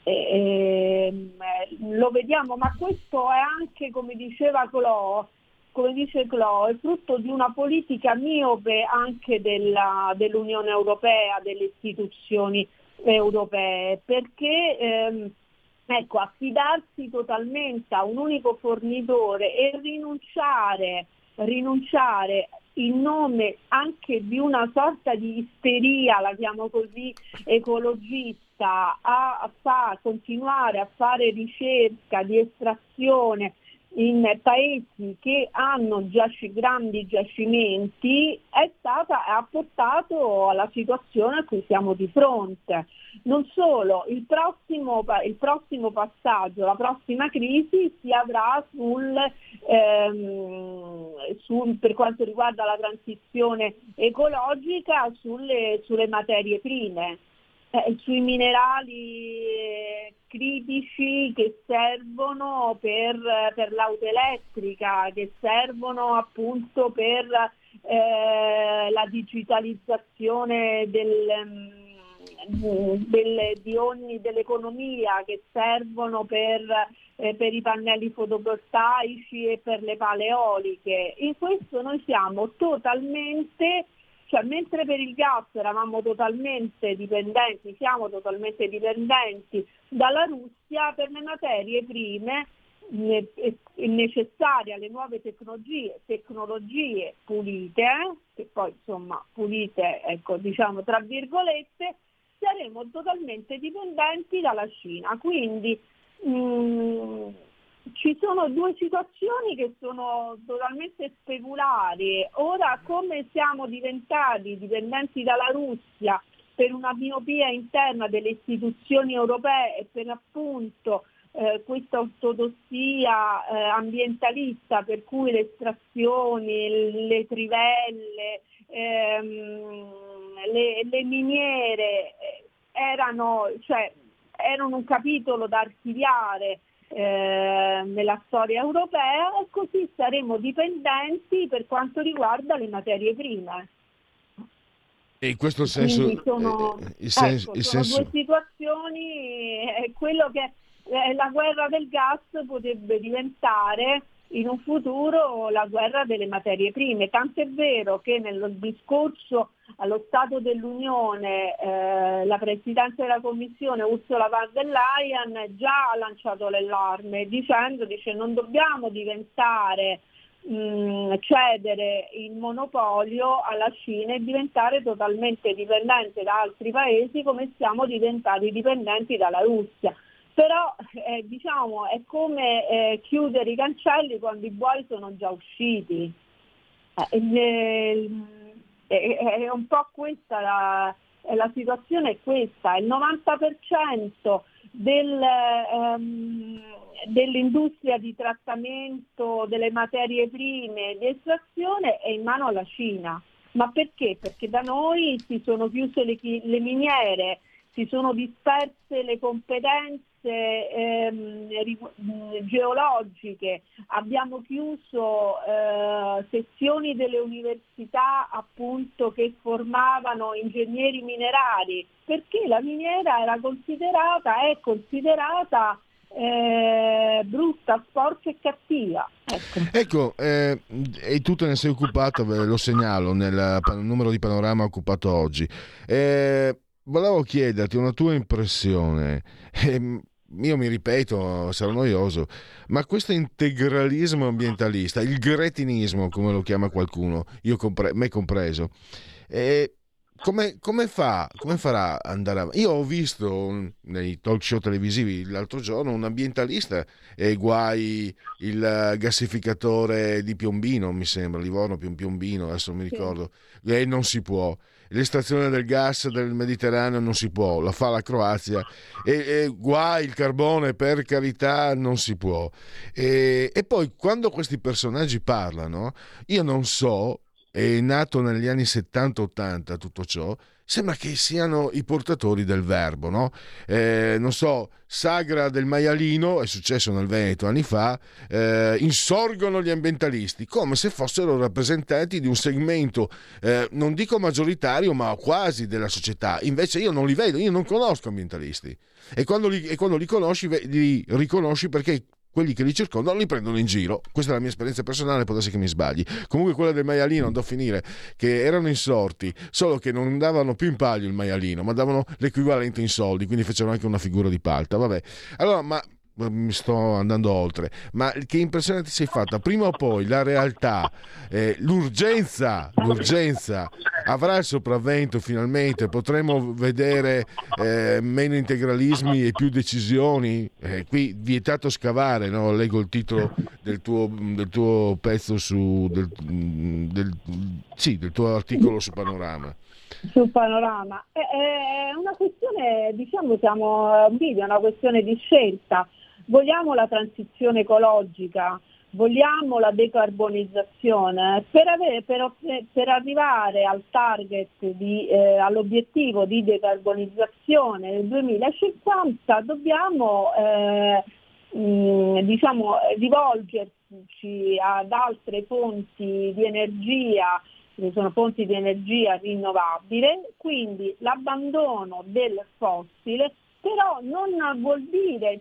Lo vediamo, ma questo è anche, come dice Clo, è frutto di una politica miope anche dell'Unione Europea, delle istituzioni europee, perché affidarsi totalmente a un unico fornitore e rinunciare in nome anche di una sorta di isteria, la chiamo così, ecologista, a continuare a fare ricerca di estrazione in paesi che hanno grandi giacimenti, ha portato alla situazione a cui siamo di fronte. Non solo, il prossimo passaggio, la prossima crisi si avrà per quanto riguarda la transizione ecologica sulle materie prime. Sui minerali critici che servono per l'auto elettrica, che servono appunto per la digitalizzazione dell'economia, che servono per i pannelli fotovoltaici e per le pale eoliche. In questo noi siamo totalmente, cioè mentre per il gas siamo totalmente dipendenti dalla Russia, per le materie prime necessarie alle nuove tecnologie pulite, che poi insomma pulite, ecco, diciamo tra virgolette, saremo totalmente dipendenti dalla Cina. Quindi ci sono due situazioni che sono totalmente speculari. Ora, come siamo diventati dipendenti dalla Russia per una miopia interna delle istituzioni europee e per appunto questa ortodossia ambientalista, per cui le estrazioni, le trivelle, le miniere erano un capitolo da archiviare nella storia europea, e così saremo dipendenti per quanto riguarda le materie prime. E in questo senso sono due situazioni, quello che la guerra del gas potrebbe diventare in un futuro la guerra delle materie prime, tant'è vero che nel discorso allo Stato dell'Unione la Presidente della Commissione Ursula von der Leyen già ha lanciato l'allarme dice non dobbiamo cedere il monopolio alla Cina e diventare totalmente dipendenti da altri paesi come siamo diventati dipendenti dalla Russia. Però è come chiudere i cancelli quando i buoi sono già usciti. È un po' questa la situazione, è questa. Il 90% dell'industria di trattamento delle materie prime di estrazione è in mano alla Cina. Ma perché? Perché da noi si sono chiuse le miniere, si sono disperse le competenze geologiche, abbiamo chiuso sezioni delle università appunto che formavano ingegneri minerari, perché la miniera è considerata brutta, sporca e cattiva. Ecco, e tu te ne sei occupato, lo segnalo nel numero di Panorama occupato oggi. Volevo chiederti una tua impressione. Io mi ripeto, sarò noioso, ma questo integralismo ambientalista, il gretinismo come lo chiama qualcuno, me compreso, come farà andare avanti? Io ho visto nei talk show televisivi l'altro giorno un ambientalista guai il gassificatore di Piombino, mi sembra, Livorno Piombino, adesso non mi ricordo, e non si può. L'estrazione del gas del Mediterraneo non si può, la fa la Croazia, e guai il carbone, per carità, non si può. E poi quando questi personaggi parlano, io non so, è nato negli anni 70-80 tutto ciò, sembra che siano i portatori del verbo, no? Non so, Sagra del Maialino, è successo nel Veneto anni fa, insorgono gli ambientalisti come se fossero rappresentanti di un segmento, non dico maggioritario, ma quasi della società. Invece io non li vedo, io non conosco ambientalisti. E quando li conosci, li riconosci perché quelli che li circondano li prendono in giro. Questa è la mia esperienza personale, può darsi che mi sbagli. Comunque quella del maialino andò a finire che erano insorti, solo che non davano più in palio il maialino, ma davano l'equivalente in soldi, quindi fecero anche una figura di palta. Vabbè, allora, ma mi sto andando oltre, ma che impressione ti sei fatta? Prima o poi la realtà, l'urgenza avrà il sopravvento, finalmente potremo vedere meno integralismi e più decisioni. Qui vietato scavare, no? Leggo il titolo del tuo pezzo del tuo articolo su Panorama. Sul Panorama è una questione, diciamo, siamo è una questione di scelta. Vogliamo la transizione ecologica, vogliamo la decarbonizzazione. Per arrivare al target all'obiettivo di decarbonizzazione nel 2050 dobbiamo rivolgerci ad altre fonti di energia, che sono fonti di energia rinnovabile, quindi l'abbandono del fossile. Però non vuol dire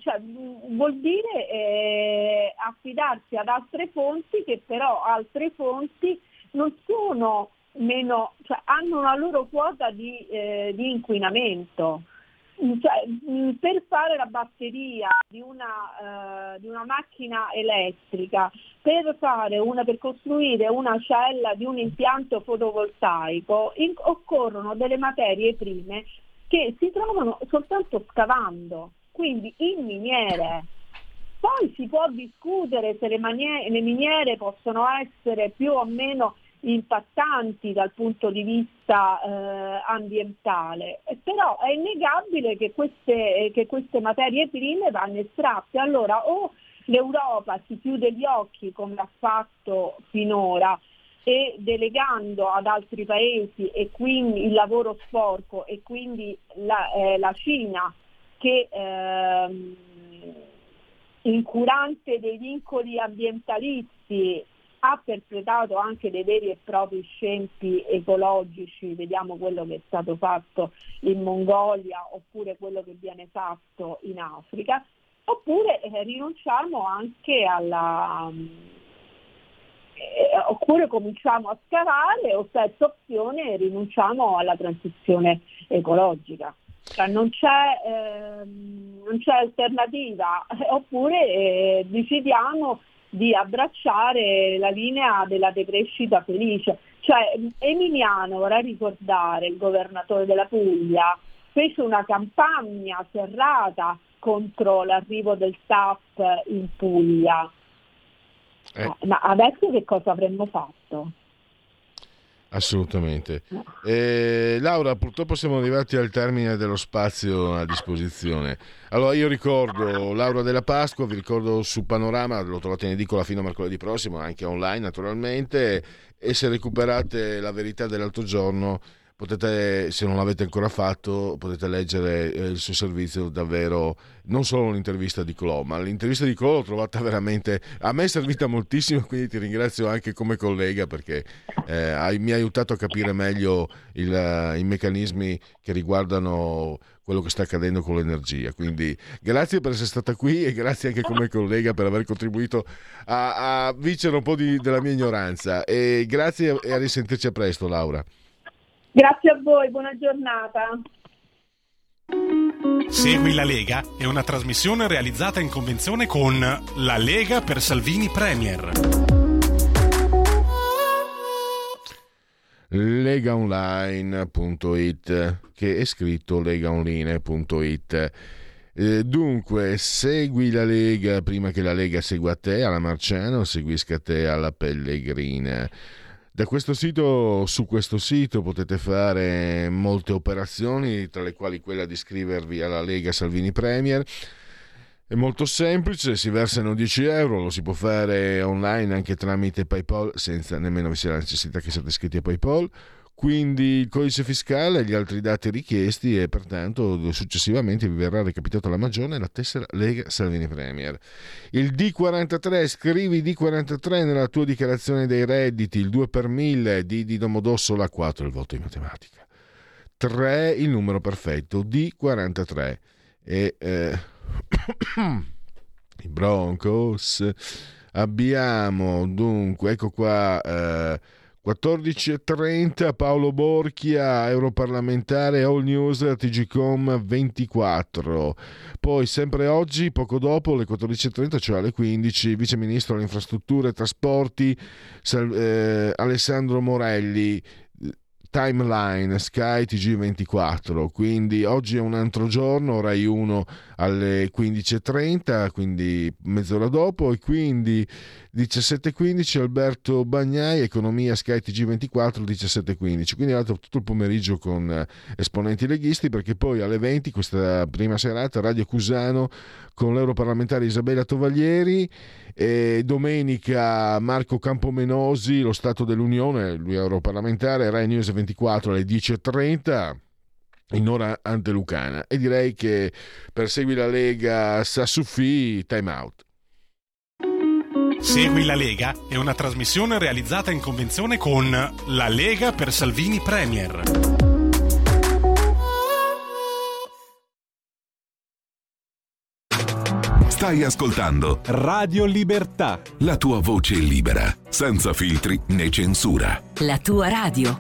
affidarsi ad altre fonti, che però altre fonti non sono meno, hanno una loro quota di inquinamento. Per fare la batteria di una macchina elettrica, per costruire una cella di un impianto fotovoltaico occorrono delle materie prime che si trovano soltanto scavando, quindi in miniere. Poi si può discutere se le miniere possono essere più o meno impattanti dal punto di vista ambientale, però è innegabile che queste materie prime vanno estratte. Allora o l'Europa si chiude gli occhi come ha fatto finora e delegando ad altri paesi e quindi il lavoro sporco, e quindi la Cina che incurante dei vincoli ambientalisti ha perpetrato anche dei veri e propri scempi ecologici, vediamo quello che è stato fatto in Mongolia oppure quello che viene fatto in Africa, oppure rinunciamo anche oppure cominciamo a scavare, o terza opzione rinunciamo alla transizione ecologica. Cioè non c'è alternativa, oppure decidiamo di abbracciare la linea della decrescita felice. Cioè Emiliano, vorrei ricordare, il governatore della Puglia, fece una campagna serrata contro l'arrivo del TAP in Puglia. Ma adesso che cosa avremmo fatto? Assolutamente. Laura, purtroppo siamo arrivati al termine dello spazio a disposizione. Allora io ricordo Laura Della Pasqua, vi ricordo su Panorama, lo trovate in edicola fino a mercoledì prossimo, anche online naturalmente, e se recuperate La verità dell'altro giorno potete, se non l'avete ancora fatto, potete leggere il suo servizio, davvero, non solo un'intervista di Clò, ma l'intervista di Clò l'ho trovata veramente, a me è servita moltissimo, quindi ti ringrazio anche come collega perché mi ha aiutato a capire meglio i meccanismi che riguardano quello che sta accadendo con l'energia. Quindi grazie per essere stata qui e grazie anche come collega per aver contribuito a vincere un po' della mia ignoranza, e grazie e a risentirci a presto, Laura. Grazie a voi, buona giornata. Segui la Lega è una trasmissione realizzata in convenzione con La Lega per Salvini Premier. Legaonline.it, che è scritto legaonline.it. Dunque, segui la Lega prima che la Lega segua te alla Marciano, seguisca te alla Pellegrina. Da questo sito, su questo sito potete fare molte operazioni, tra le quali quella di iscrivervi alla Lega Salvini Premier. È molto semplice, si versano 10 euro, lo si può fare online anche tramite PayPal, senza nemmeno vi sia la necessità che siate iscritti a PayPal. Quindi il codice fiscale e gli altri dati richiesti, e pertanto successivamente vi verrà recapitato alla Magione la tessera Lega Salvini Premier. Il D43, scrivi D43 nella tua dichiarazione dei redditi, il 2 per 1000, D di Domodossola, 4 il voto in matematica, 3 il numero perfetto, D43. E i Broncos abbiamo dunque, ecco qua, 14.30 Paolo Borchia, europarlamentare, All News TGcom 24. Poi sempre oggi, poco dopo, le 14.30, cioè alle 15, vice ministro alle infrastrutture e trasporti Alessandro Morelli, Timeline Sky TG24. Quindi oggi è un altro giorno, Rai 1 alle 15.30, quindi mezz'ora dopo, e quindi 17.15 Alberto Bagnai, Economia Sky TG24 17.15. Quindi tutto il pomeriggio con esponenti leghisti, perché poi alle 20 questa prima serata Radio Cusano con l'europarlamentare Isabella Tovaglieri, e domenica Marco Campomenosi, lo Stato dell'Unione, lui è europarlamentare, Rai News 24 alle 10.30 in ora antelucana. E direi che per Segui la Lega Sassuffi, time out. Segui la Lega è una trasmissione realizzata in convenzione con La Lega per Salvini Premier. Stai ascoltando Radio Libertà, la tua voce libera, senza filtri né censura. La tua radio.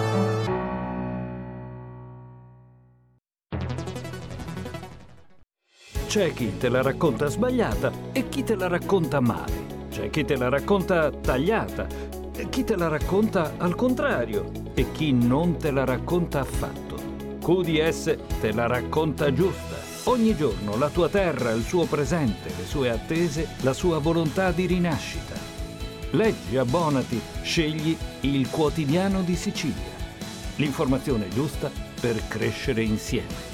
C'è chi te la racconta sbagliata e chi te la racconta male. C'è chi te la racconta tagliata e chi te la racconta al contrario e chi non te la racconta affatto. QDS te la racconta giusta. Ogni giorno la tua terra, il suo presente, le sue attese, la sua volontà di rinascita. Leggi, abbonati, scegli il Quotidiano di Sicilia. L'informazione giusta per crescere insieme.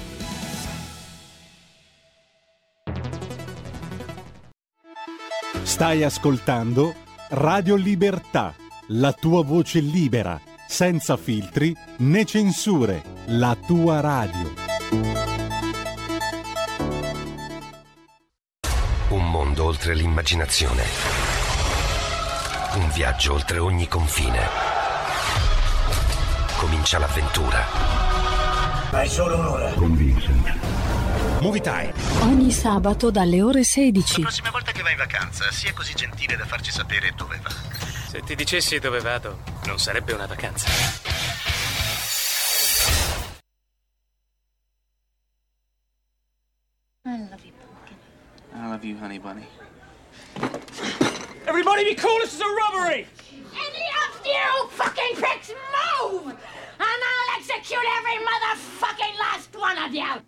Stai ascoltando Radio Libertà, la tua voce libera, senza filtri né censure, la tua radio. Un mondo oltre l'immaginazione. Un viaggio oltre ogni confine. Comincia l'avventura. Hai solo un'ora. Con Vincent. Movie Time. Ogni sabato dalle ore 16. La prossima volta che vai in vacanza, sia così gentile da farci sapere dove va. Se ti dicessi dove vado, non sarebbe una vacanza. I love you, pumpkin. I love you, honey bunny. Everybody be cool, this is a robbery! Any of you fucking pricks move! And I'll execute every motherfucking last one of you!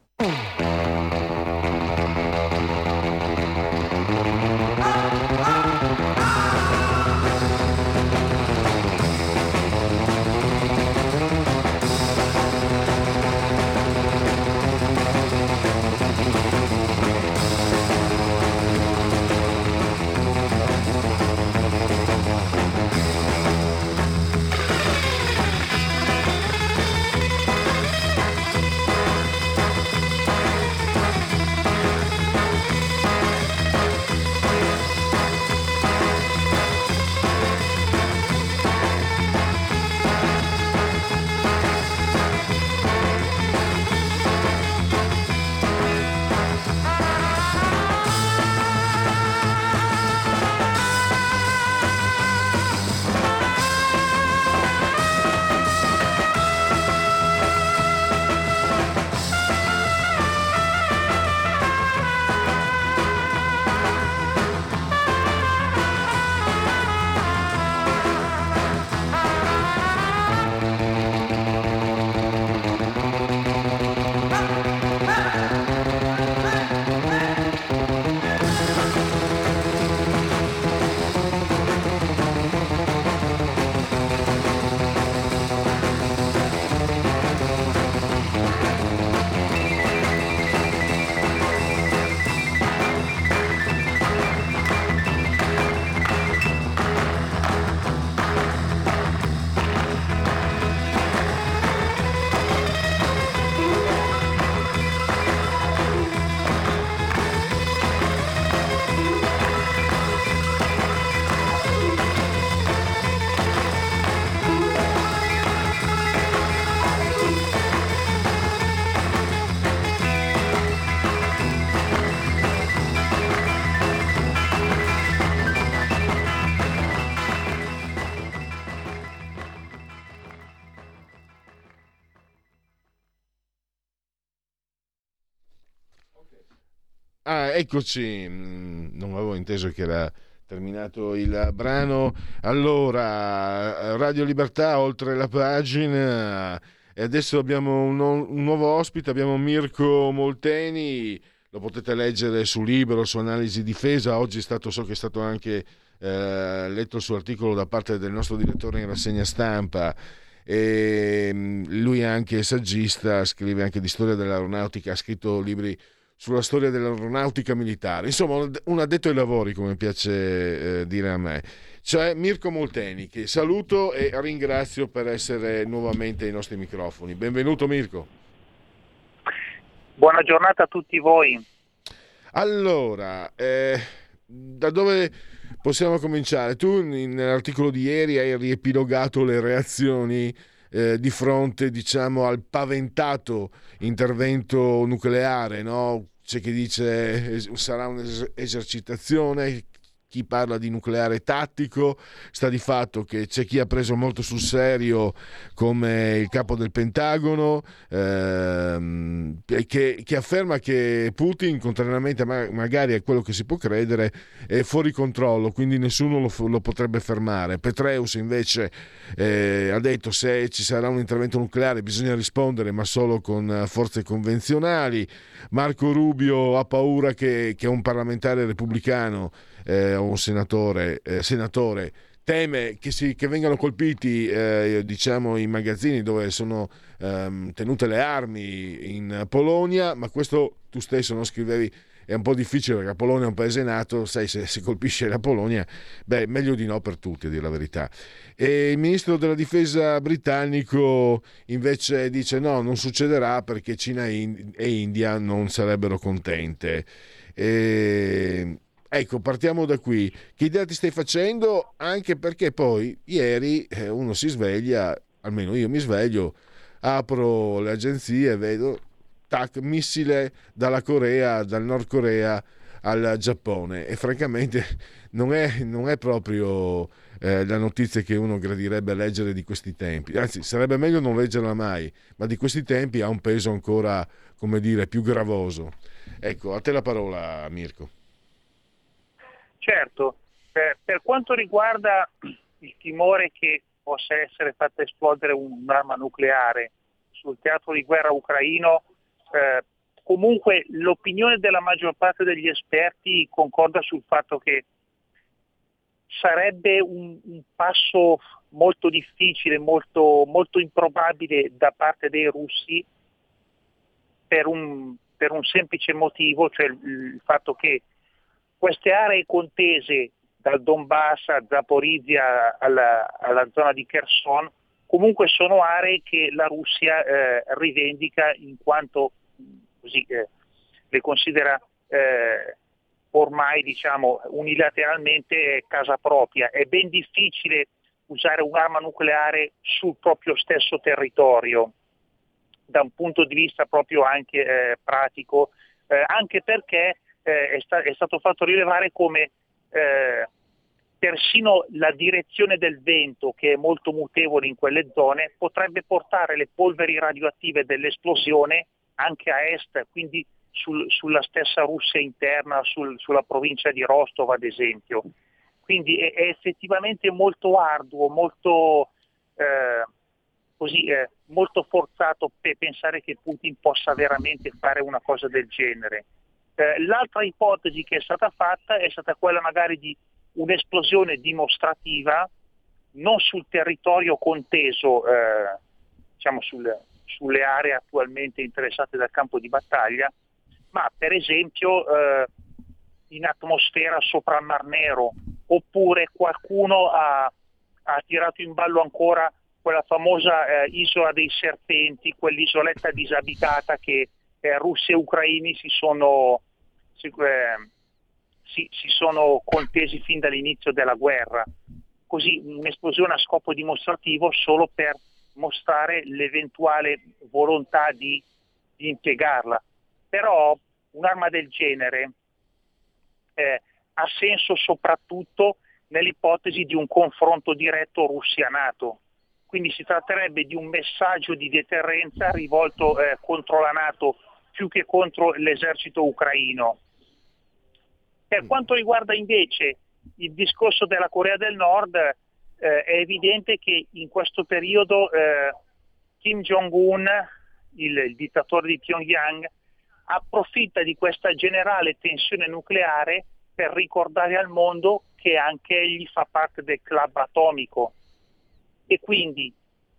Eccoci, non avevo inteso che era terminato il brano. Allora, Radio Libertà oltre la pagina, e adesso abbiamo un nuovo ospite, abbiamo Mirko Molteni, lo potete leggere su Libero, su Analisi Difesa. Oggi so che è stato anche letto il suo articolo da parte del nostro direttore in rassegna stampa. E lui è anche saggista, scrive anche di storia dell'aeronautica, ha scritto libri sulla storia dell'aeronautica militare, insomma un addetto ai lavori, come piace dire a me. Cioè Mirko Molteni, che saluto e ringrazio per essere nuovamente ai nostri microfoni. Benvenuto Mirko. Buona giornata a tutti voi. Allora, da dove possiamo cominciare? Tu nell'articolo di ieri hai riepilogato le reazioni di fronte, diciamo, al paventato intervento nucleare, no? C'è chi dice sarà un'esercitazione, chi parla di nucleare tattico. Sta di fatto che c'è chi ha preso molto sul serio, come il capo del Pentagono, che afferma che Putin, contrariamente magari a quello che si può credere, è fuori controllo, quindi nessuno lo potrebbe fermare. Petraeus invece ha detto: se ci sarà un intervento nucleare bisogna rispondere, ma solo con forze convenzionali. Marco Rubio ha paura che un parlamentare repubblicano o un senatore teme che vengano colpiti diciamo i magazzini dove sono tenute le armi in Polonia, ma questo tu stesso non scrivevi, è un po' difficile perché la Polonia è un paese nato, sai, se colpisce la Polonia, beh, meglio di no per tutti, a dire la verità. E il ministro della difesa britannico invece dice no, non succederà perché Cina e India non sarebbero contente. Ecco, partiamo da qui. Che idea ti stai facendo? Anche perché poi ieri uno si sveglia, almeno io mi sveglio, apro le agenzie e vedo missile dal Nord Corea al Giappone, e francamente non è proprio la notizia che uno gradirebbe leggere di questi tempi, anzi sarebbe meglio non leggerla mai, ma di questi tempi ha un peso ancora, come dire, più gravoso. Ecco, a te la parola, Mirko. Certo, per quanto riguarda il timore che possa essere fatta esplodere un'arma nucleare sul teatro di guerra ucraino, comunque l'opinione della maggior parte degli esperti concorda sul fatto che sarebbe un passo molto difficile, molto, molto improbabile da parte dei russi per un semplice motivo, cioè il fatto che queste aree contese dal Donbass a Zaporizhia alla zona di Kherson comunque sono aree che la Russia rivendica in quanto così le considera ormai, diciamo, unilateralmente casa propria. È ben difficile usare un'arma nucleare sul proprio stesso territorio da un punto di vista proprio anche pratico, anche perché è stato fatto rilevare come persino la direzione del vento, che è molto mutevole in quelle zone, potrebbe portare le polveri radioattive dell'esplosione anche a est, quindi sulla stessa Russia interna, sulla provincia di Rostov ad esempio. Quindi è effettivamente molto arduo, molto molto forzato per pensare che Putin possa veramente fare una cosa del genere. L'altra ipotesi che è stata fatta è stata quella magari di un'esplosione dimostrativa, non sul territorio conteso, diciamo sulle aree attualmente interessate dal campo di battaglia, ma per esempio in atmosfera sopra il Mar Nero, oppure qualcuno ha tirato in ballo ancora quella famosa isola dei serpenti, quell'isoletta disabitata che russi e ucraini si sono contesi fin dall'inizio della guerra. Così un'esplosione a scopo dimostrativo solo per mostrare l'eventuale volontà di impiegarla. Però un'arma del genere ha senso soprattutto nell'ipotesi di un confronto diretto Russia-NATO. Quindi si tratterebbe di un messaggio di deterrenza rivolto contro la NATO più che contro l'esercito ucraino. Per quanto riguarda invece il discorso della Corea del Nord, è evidente che in questo periodo Kim Jong-un, il dittatore di Pyongyang, approfitta di questa generale tensione nucleare per ricordare al mondo che anche egli fa parte del club atomico. E quindi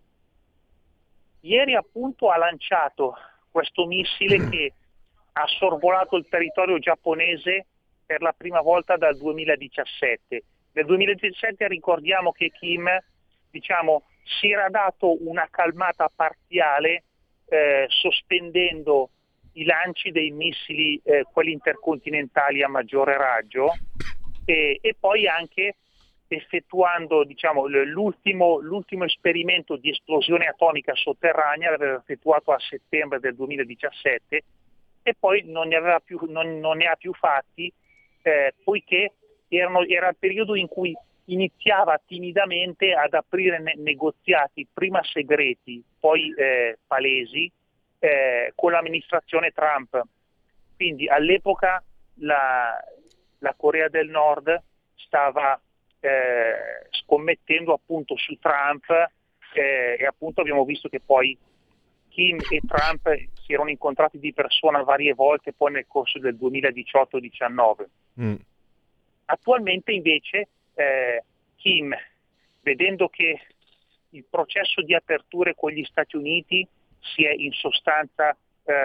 ieri appunto ha lanciato questo missile che ha sorvolato il territorio giapponese per la prima volta dal 2017. Nel 2017 ricordiamo che Kim, diciamo, si era dato una calmata parziale sospendendo i lanci dei missili, quelli intercontinentali a maggiore raggio, e poi anche effettuando, diciamo, l'ultimo esperimento di esplosione atomica sotterranea l'aveva effettuato a settembre del 2017 e poi non ne ha più fatti, poiché era il periodo in cui iniziava timidamente ad aprire negoziati, prima segreti, poi palesi, con l'amministrazione Trump. Quindi all'epoca la Corea del Nord stava scommettendo appunto su Trump, e appunto abbiamo visto che poi Kim e Trump si erano incontrati di persona varie volte poi nel corso del 2018-19. Attualmente invece Kim, vedendo che il processo di aperture con gli Stati Uniti si è in sostanza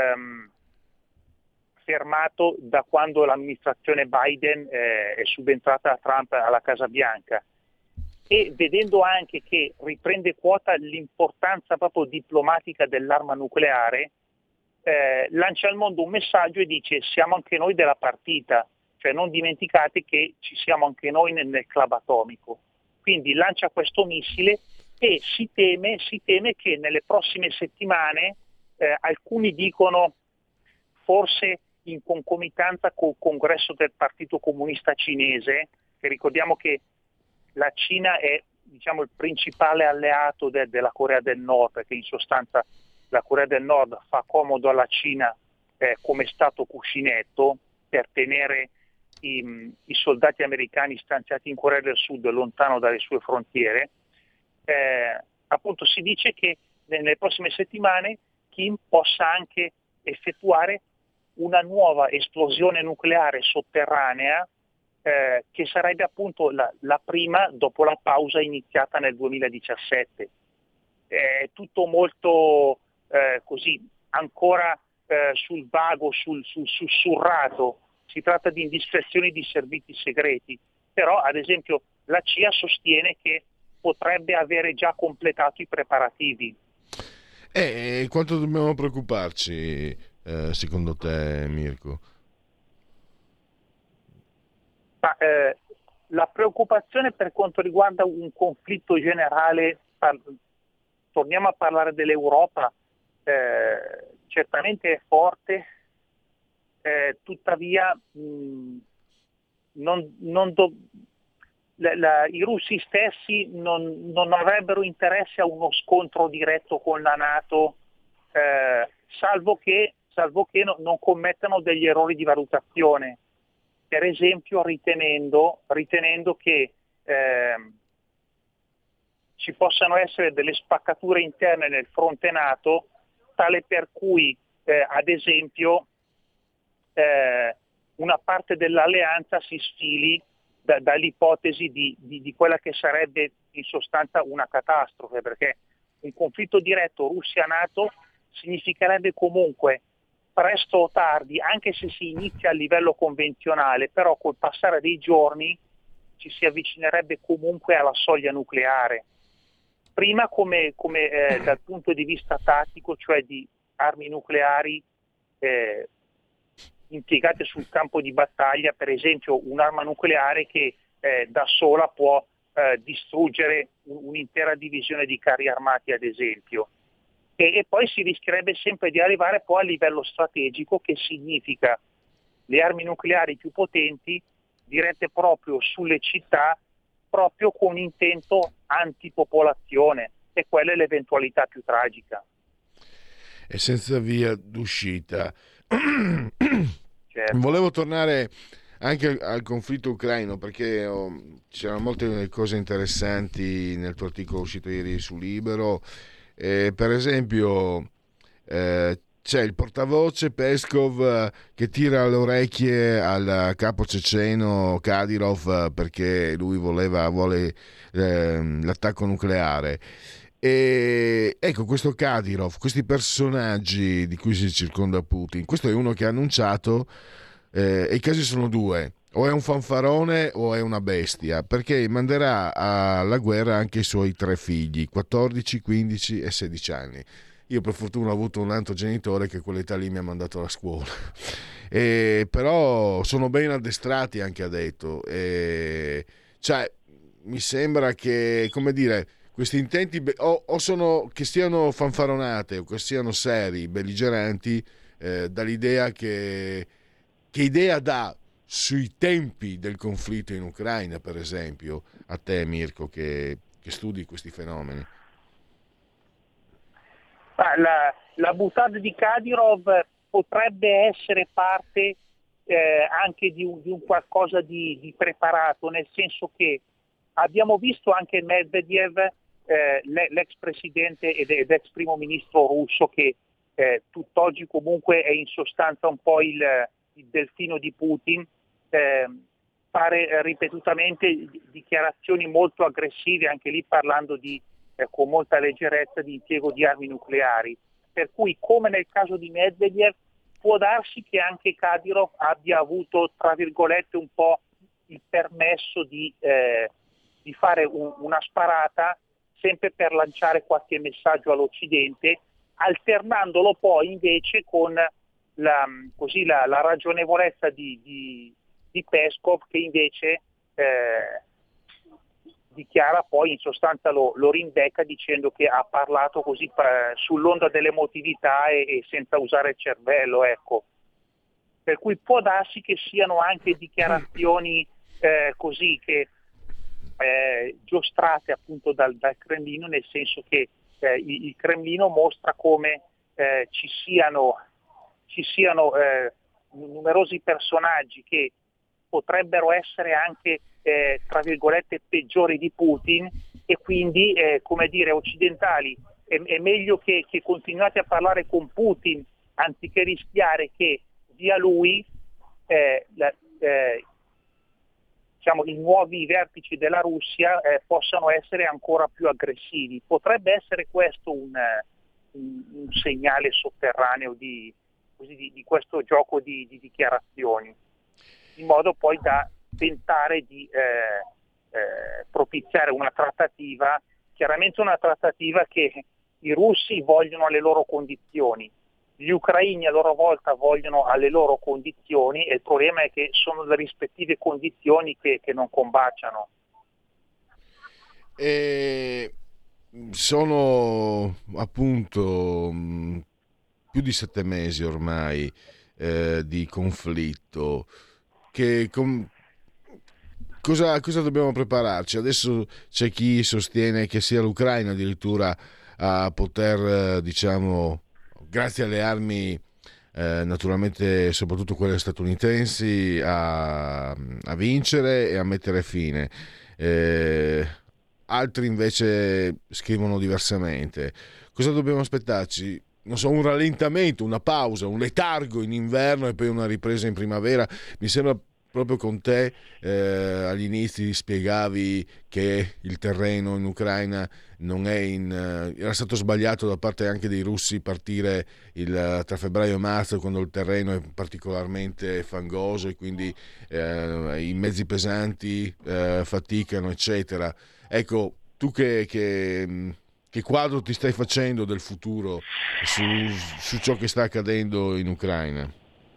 fermato da quando l'amministrazione Biden è subentrata a Trump alla Casa Bianca, e vedendo anche che riprende quota l'importanza proprio diplomatica dell'arma nucleare, lancia al mondo un messaggio e dice: siamo anche noi della partita, cioè non dimenticate che ci siamo anche noi nel club atomico. Quindi lancia questo missile e si teme che nelle prossime settimane, alcuni dicono forse in concomitanza col congresso del Partito Comunista Cinese, che ricordiamo che la Cina è, diciamo, il principale alleato della Corea del Nord, perché in sostanza la Corea del Nord fa comodo alla Cina come stato cuscinetto per tenere i soldati americani stanziati in Corea del Sud lontano dalle sue frontiere. Appunto si dice che nelle prossime settimane Kim possa anche effettuare una nuova esplosione nucleare sotterranea, che sarebbe appunto la prima dopo la pausa iniziata nel 2017. È tutto molto così, ancora sul vago, sul sussurrato. Si tratta di indiscrezioni di servizi segreti, però ad esempio la CIA sostiene che potrebbe avere già completato i preparativi. Quanto dobbiamo preoccuparci, secondo te, Mirko? La preoccupazione per quanto riguarda un conflitto generale, torniamo a parlare dell'Europa, certamente è forte, tuttavia i russi stessi non avrebbero interesse a uno scontro diretto con la NATO, salvo che non commettano degli errori di valutazione. Per esempio ritenendo che ci possano essere delle spaccature interne nel fronte NATO, tale per cui ad esempio una parte dell'alleanza si sfili dall'ipotesi di quella che sarebbe in sostanza una catastrofe, perché un conflitto diretto Russia-NATO significherebbe comunque, presto o tardi, anche se si inizia a livello convenzionale, però col passare dei giorni ci si avvicinerebbe comunque alla soglia nucleare. Prima come dal punto di vista tattico, cioè di armi nucleari impiegate sul campo di battaglia, per esempio un'arma nucleare che da sola può distruggere un'intera divisione di carri armati, ad esempio. E poi si rischierebbe sempre di arrivare poi a livello strategico, che significa le armi nucleari più potenti dirette proprio sulle città, proprio con intento antipopolazione, e quella è l'eventualità più tragica. E senza via d'uscita. Certo. Volevo tornare anche al conflitto ucraino, perché c'erano molte cose interessanti nel tuo articolo uscito ieri su Libero. Per esempio c'è il portavoce Peskov che tira le orecchie al capo ceceno Kadyrov perché lui vuole l'attacco nucleare. E ecco, questo Kadyrov, questi personaggi di cui si circonda Putin, questo è uno che ha annunciato, e i casi sono due: o è un fanfarone o è una bestia, perché manderà alla guerra anche i suoi 3 figli, 14, 15 e 16 anni. Io per fortuna ho avuto un altro genitore che quell'età lì mi ha mandato a scuola, però sono ben addestrati, anche ha detto, cioè mi sembra che, come dire, questi intenti o sono che siano fanfaronate o che siano seri, belligeranti, dall'idea che idea dà sui tempi del conflitto in Ucraina, per esempio, a te Mirko che studi questi fenomeni? La boutade di Kadyrov potrebbe essere parte anche di un qualcosa di preparato, nel senso che abbiamo visto anche Medvedev, l'ex presidente ed ex primo ministro russo, che tutt'oggi comunque è in sostanza un po' il delfino di Putin, fare ripetutamente dichiarazioni molto aggressive, anche lì parlando con molta leggerezza di impiego di armi nucleari. Per cui, come nel caso di Medvedev, può darsi che anche Kadyrov abbia avuto, tra virgolette, un po' il permesso di fare una sparata, sempre per lanciare qualche messaggio all'Occidente, alternandolo poi invece con la ragionevolezza di Peskov, che invece dichiara poi, in sostanza lo rimbecca dicendo che ha parlato così sull'onda dell'emotività e senza usare il cervello, ecco. Per cui può darsi che siano anche dichiarazioni così che giostrate appunto dal Cremlino, nel senso che il Cremlino mostra come ci siano numerosi personaggi che potrebbero essere anche tra virgolette peggiori di Putin, e quindi come dire, occidentali, è meglio che continuate a parlare con Putin anziché rischiare che via lui diciamo, i nuovi vertici della Russia possano essere ancora più aggressivi. Potrebbe essere questo un segnale sotterraneo di questo gioco di dichiarazioni, in modo poi da tentare di propiziare una trattativa, chiaramente una trattativa che i russi vogliono alle loro condizioni, gli ucraini a loro volta vogliono alle loro condizioni, e il problema è che sono le rispettive condizioni che non combaciano. Sono appunto più di 7 mesi ormai di conflitto. Cosa dobbiamo prepararci? Adesso c'è chi sostiene che sia l'Ucraina addirittura a poter, diciamo, grazie alle armi naturalmente soprattutto quelle statunitensi, a vincere e a mettere fine. Altri invece scrivono diversamente. Cosa dobbiamo aspettarci? Non so, un rallentamento, una pausa, un letargo in inverno e poi una ripresa in primavera? Mi sembra proprio con te agli inizi spiegavi che il terreno in Ucraina non è era stato sbagliato da parte anche dei russi partire tra febbraio e marzo, quando il terreno è particolarmente fangoso e quindi i mezzi pesanti faticano, eccetera. Ecco, tu che quadro ti stai facendo del futuro su ciò che sta accadendo in Ucraina?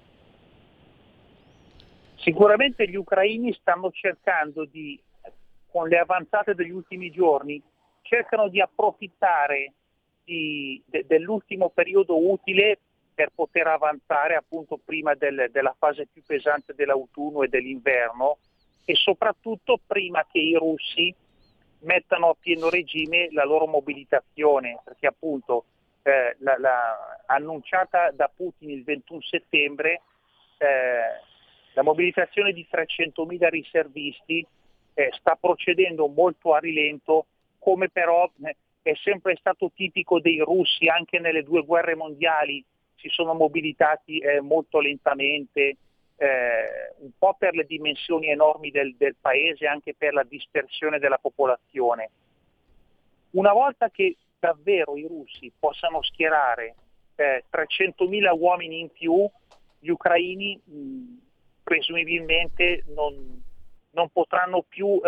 Sicuramente gli ucraini stanno cercando con le avanzate degli ultimi giorni, cercano di approfittare dell'ultimo periodo utile per poter avanzare appunto prima della fase più pesante dell'autunno e dell'inverno, e soprattutto prima che i russi mettano a pieno regime la loro mobilitazione, perché appunto annunciata da Putin il 21 settembre la mobilitazione di 300.000 riservisti sta procedendo molto a rilento, come però è sempre stato tipico dei russi. Anche nelle 2 guerre mondiali si sono mobilitati molto lentamente, un po' per le dimensioni enormi del paese, anche per la dispersione della popolazione. Una volta che davvero i russi possano schierare 300.000 uomini in più, gli ucraini presumibilmente non potranno più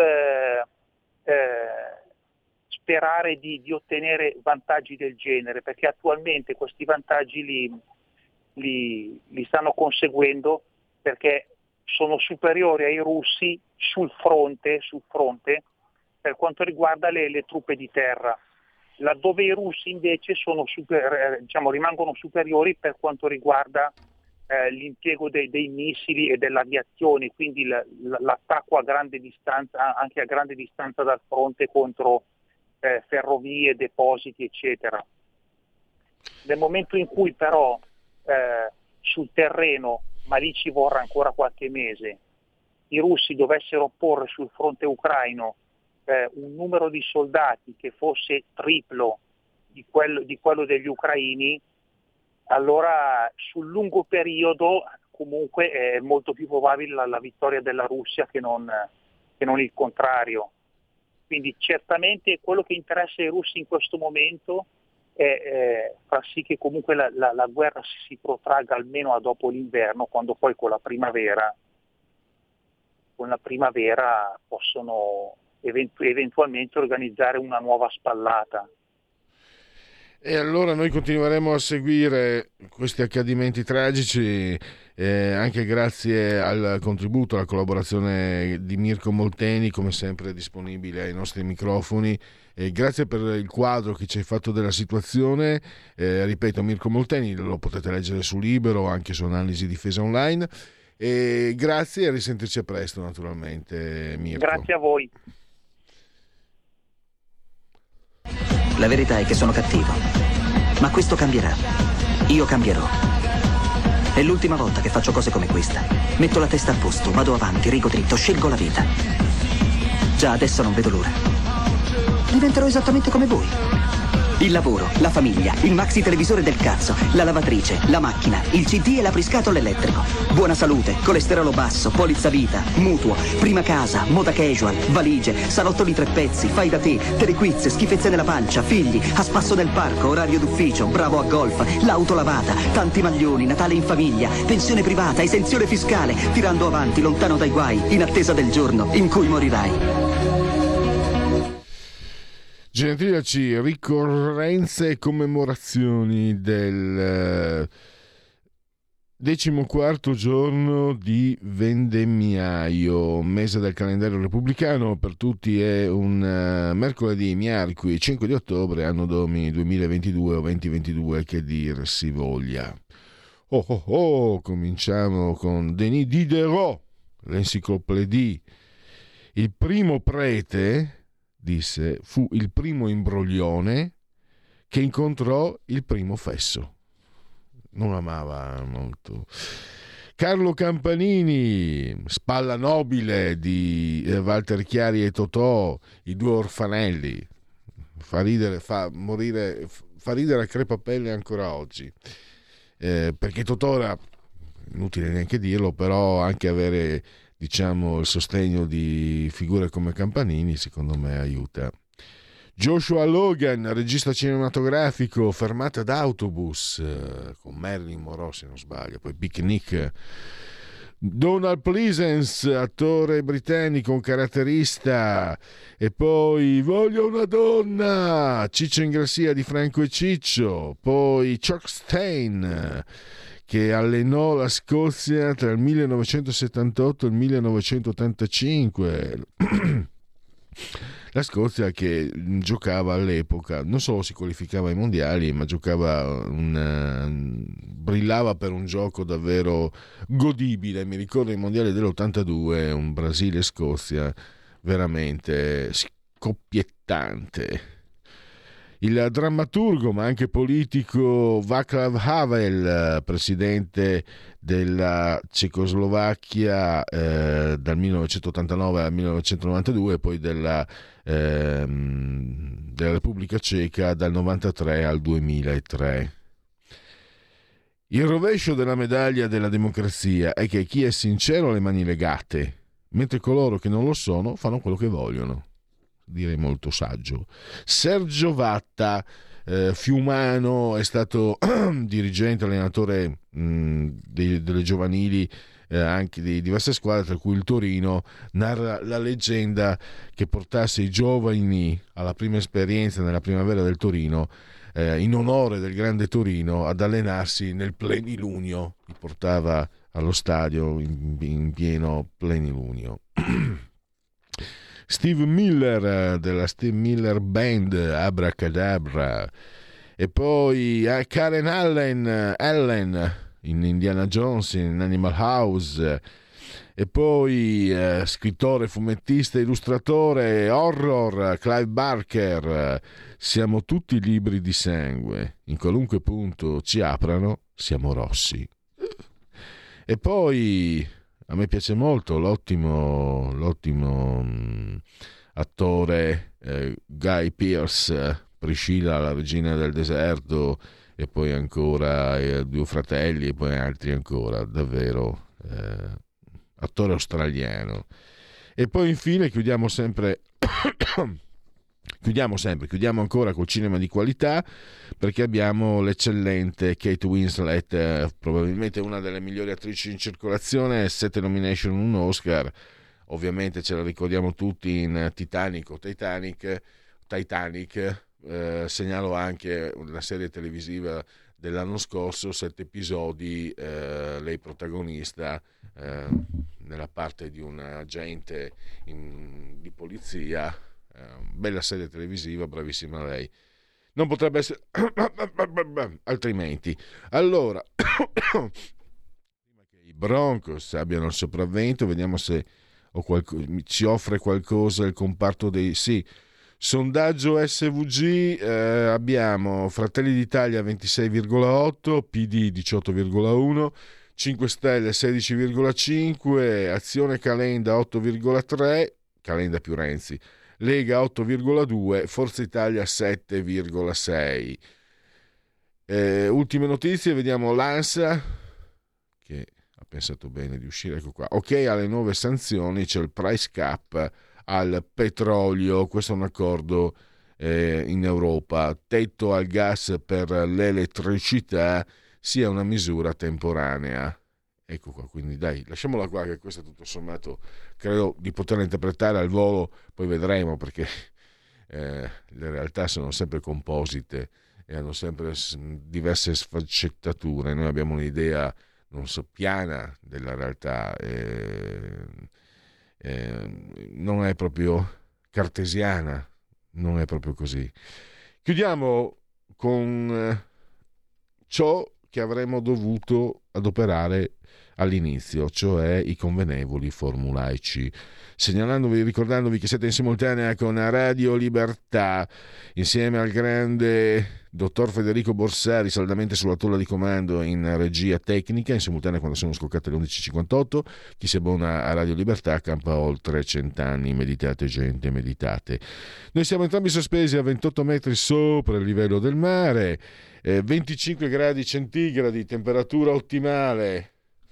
sperare di ottenere vantaggi del genere, perché attualmente questi vantaggi li stanno conseguendo, perché sono superiori ai russi sul fronte per quanto riguarda le truppe di terra, laddove i russi invece rimangono superiori per quanto riguarda l'impiego dei missili e dell'aviazione, quindi l'attacco a grande distanza, anche a grande distanza dal fronte contro ferrovie, depositi, eccetera. Nel momento in cui però sul terreno, ma lì ci vorrà ancora qualche mese, i russi dovessero porre sul fronte ucraino un numero di soldati che fosse triplo di quello degli ucraini, allora sul lungo periodo comunque è molto più probabile la vittoria della Russia che non il contrario. Quindi certamente quello che interessa ai russi in questo momento è far sì che comunque la guerra si protragga almeno a dopo l'inverno, quando poi con la primavera possono eventualmente organizzare una nuova spallata. E allora noi continueremo a seguire questi accadimenti tragici, anche grazie al contributo, alla collaborazione di Mirko Molteni, come sempre disponibile ai nostri microfoni. Grazie per il quadro che ci hai fatto della situazione. Ripeto, Mirko Molteni lo potete leggere su Libero, anche su Analisi Difesa Online. E grazie e a risentirci a presto, naturalmente, Mirko. Grazie a voi. La verità è che sono cattivo, ma questo cambierà. Io cambierò. È l'ultima volta che faccio cose come questa. Metto la testa a posto, vado avanti, rigo dritto, scelgo la vita. Già adesso non vedo l'ora. Diventerò esattamente come voi. Il lavoro, la famiglia, il maxi televisore del cazzo, la lavatrice, la macchina, il CD e l'apriscatole elettrico. Buona salute, colesterolo basso, polizza vita, mutuo, prima casa, moda casual, valigie, salottoli 3 pezzi, fai da te, telequiz, schifezze nella pancia, figli, a spasso nel parco, orario d'ufficio, bravo a golf, l'auto lavata, tanti maglioni, Natale in famiglia, pensione privata, esenzione fiscale, tirando avanti, lontano dai guai, in attesa del giorno in cui morirai. Genetriaci, ricorrenze e commemorazioni del 14° giorno di Vendemmiaio, mese del calendario repubblicano. Per tutti è un mercoledì, miarqui 5 di ottobre, anno domini 2022 o 2022, che dir si voglia. Cominciamo con Denis Diderot, l'Encyclopédie. Il primo prete, disse, fu il primo imbroglione che incontrò il primo fesso. Non amava molto. Carlo Campanini, Spalla nobile di Walter Chiari e Totò, i due orfanelli. Fa ridere a crepapelle ancora oggi. Perché Totò era, inutile neanche dirlo, però anche avere, diciamo, il sostegno di figure come Campanini secondo me aiuta. Joshua Logan, regista cinematografico, Fermata d'autobus, con Marilyn Monroe se non sbaglio, poi Picnic. Donald Pleasence, attore britannico, un caratterista, e poi Voglio una donna, Ciccio Ingrassia di Franco e Ciccio, poi Chuck Stein, che allenò la Scozia tra il 1978 e il 1985. La Scozia che giocava all'epoca, non solo si qualificava ai mondiali, ma brillava per un gioco davvero godibile. Mi ricordo i mondiali dell'82, un Brasile-Scozia veramente scoppiettante. Il drammaturgo ma anche politico Václav Havel, presidente della Cecoslovacchia dal 1989 al 1992 e poi della Repubblica Ceca dal 1993 al 2003. Il rovescio della medaglia della democrazia è che chi è sincero ha le mani legate, mentre coloro che non lo sono fanno quello che vogliono. Direi molto saggio. Sergio Vatta, fiumano, è stato dirigente, allenatore delle giovanili anche di diverse squadre, tra cui il Torino. Narra la leggenda che portasse i giovani alla prima esperienza nella primavera del Torino, in onore del grande Torino, ad allenarsi nel plenilunio. Li portava allo stadio in pieno plenilunio. Steve Miller della Steve Miller Band, Abracadabra, e poi Karen Allen, in Indiana Jones, in Animal House, e poi scrittore, fumettista, illustratore, horror, Clive Barker. Siamo tutti libri di sangue, in qualunque punto ci aprano siamo rossi. E poi a me piace molto l'ottimo attore Guy Pearce, Priscilla, la regina del deserto, e poi ancora Due fratelli, e poi altri ancora, davvero attore australiano. E poi infine chiudiamo ancora col cinema di qualità, perché abbiamo l'eccellente Kate Winslet, probabilmente una delle migliori attrici in circolazione, 7 nomination, un Oscar. Ovviamente ce la ricordiamo tutti in Titanic. Segnalo anche una serie televisiva dell'anno scorso, 7 episodi, lei protagonista nella parte di un agente di polizia. Bella serie televisiva, bravissima lei, non potrebbe essere altrimenti. Allora, prima che i Broncos abbiano il sopravvento, vediamo se ci offre qualcosa il comparto dei sondaggio SVG. Abbiamo Fratelli d'Italia 26,8, PD 18,1, 5 Stelle 16,5, Azione Calenda 8,3, Calenda più Renzi, Lega 8,2, Forza Italia 7,6. Ultime notizie, vediamo l'ANSA che ha pensato bene di uscire, ecco qua. Ok alle nuove sanzioni, c'è il price cap al petrolio, questo è un accordo in Europa. Tetto al gas per l'elettricità sia una misura temporanea. Ecco qua, quindi dai, lasciamola qua, che questo tutto sommato credo di poterla interpretare al volo, poi vedremo, perché le realtà sono sempre composite e hanno sempre diverse sfaccettature. Noi abbiamo un'idea, non so, piana della realtà, non è proprio cartesiana, non è proprio così. Chiudiamo con ciò che avremmo dovuto adoperare all'inizio, cioè i convenevoli formulaici, ricordandovi che siete in simultanea con Radio Libertà, insieme al grande dottor Federico Borsari, saldamente sulla tolla di comando in regia tecnica, in simultanea quando sono scoccate le 11.58. Chi si abbona a Radio Libertà campa oltre 100 anni. Meditate, gente, meditate. Noi siamo entrambi sospesi a 28 metri sopra il livello del mare, 25 gradi centigradi, temperatura ottimale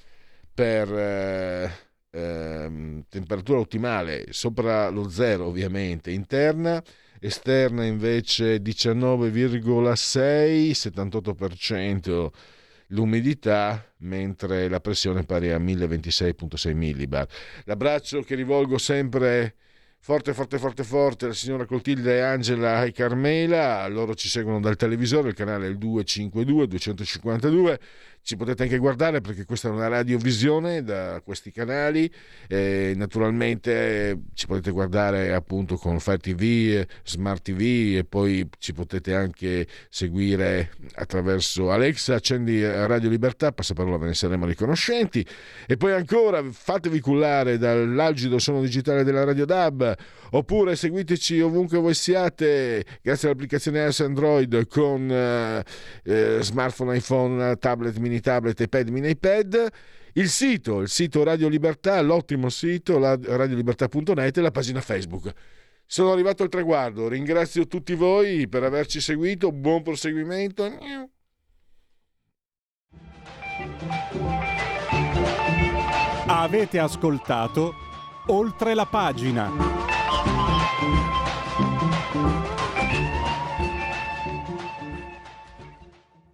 temperatura ottimale sopra lo zero, ovviamente interna, esterna invece 19,6, 78% l'umidità, mentre la pressione è pari a 1026,6 millibar. L'abbraccio che rivolgo sempre forte alla signora Clotilde, Angela e Carmela. Loro ci seguono dal televisore, il canale è il 252 252. Ci potete anche guardare, perché questa è una radiovisione da questi canali. Naturalmente ci potete guardare appunto con Fire TV, Smart TV, e poi ci potete anche seguire attraverso Alexa. Accendi Radio Libertà, passaparola, ve ne saremo riconoscenti. E poi ancora fatevi cullare dall'algido suono digitale della Radio DAB, oppure seguiteci ovunque voi siate grazie all'applicazione iOS Android con smartphone, iPhone, tablet, mini tablet, iPad, mini iPad. Il sito Radio Libertà, l'ottimo sito radiolibertà.net, e la pagina Facebook. Sono arrivato al traguardo, ringrazio tutti voi per averci seguito, buon proseguimento. Avete ascoltato Oltre la pagina.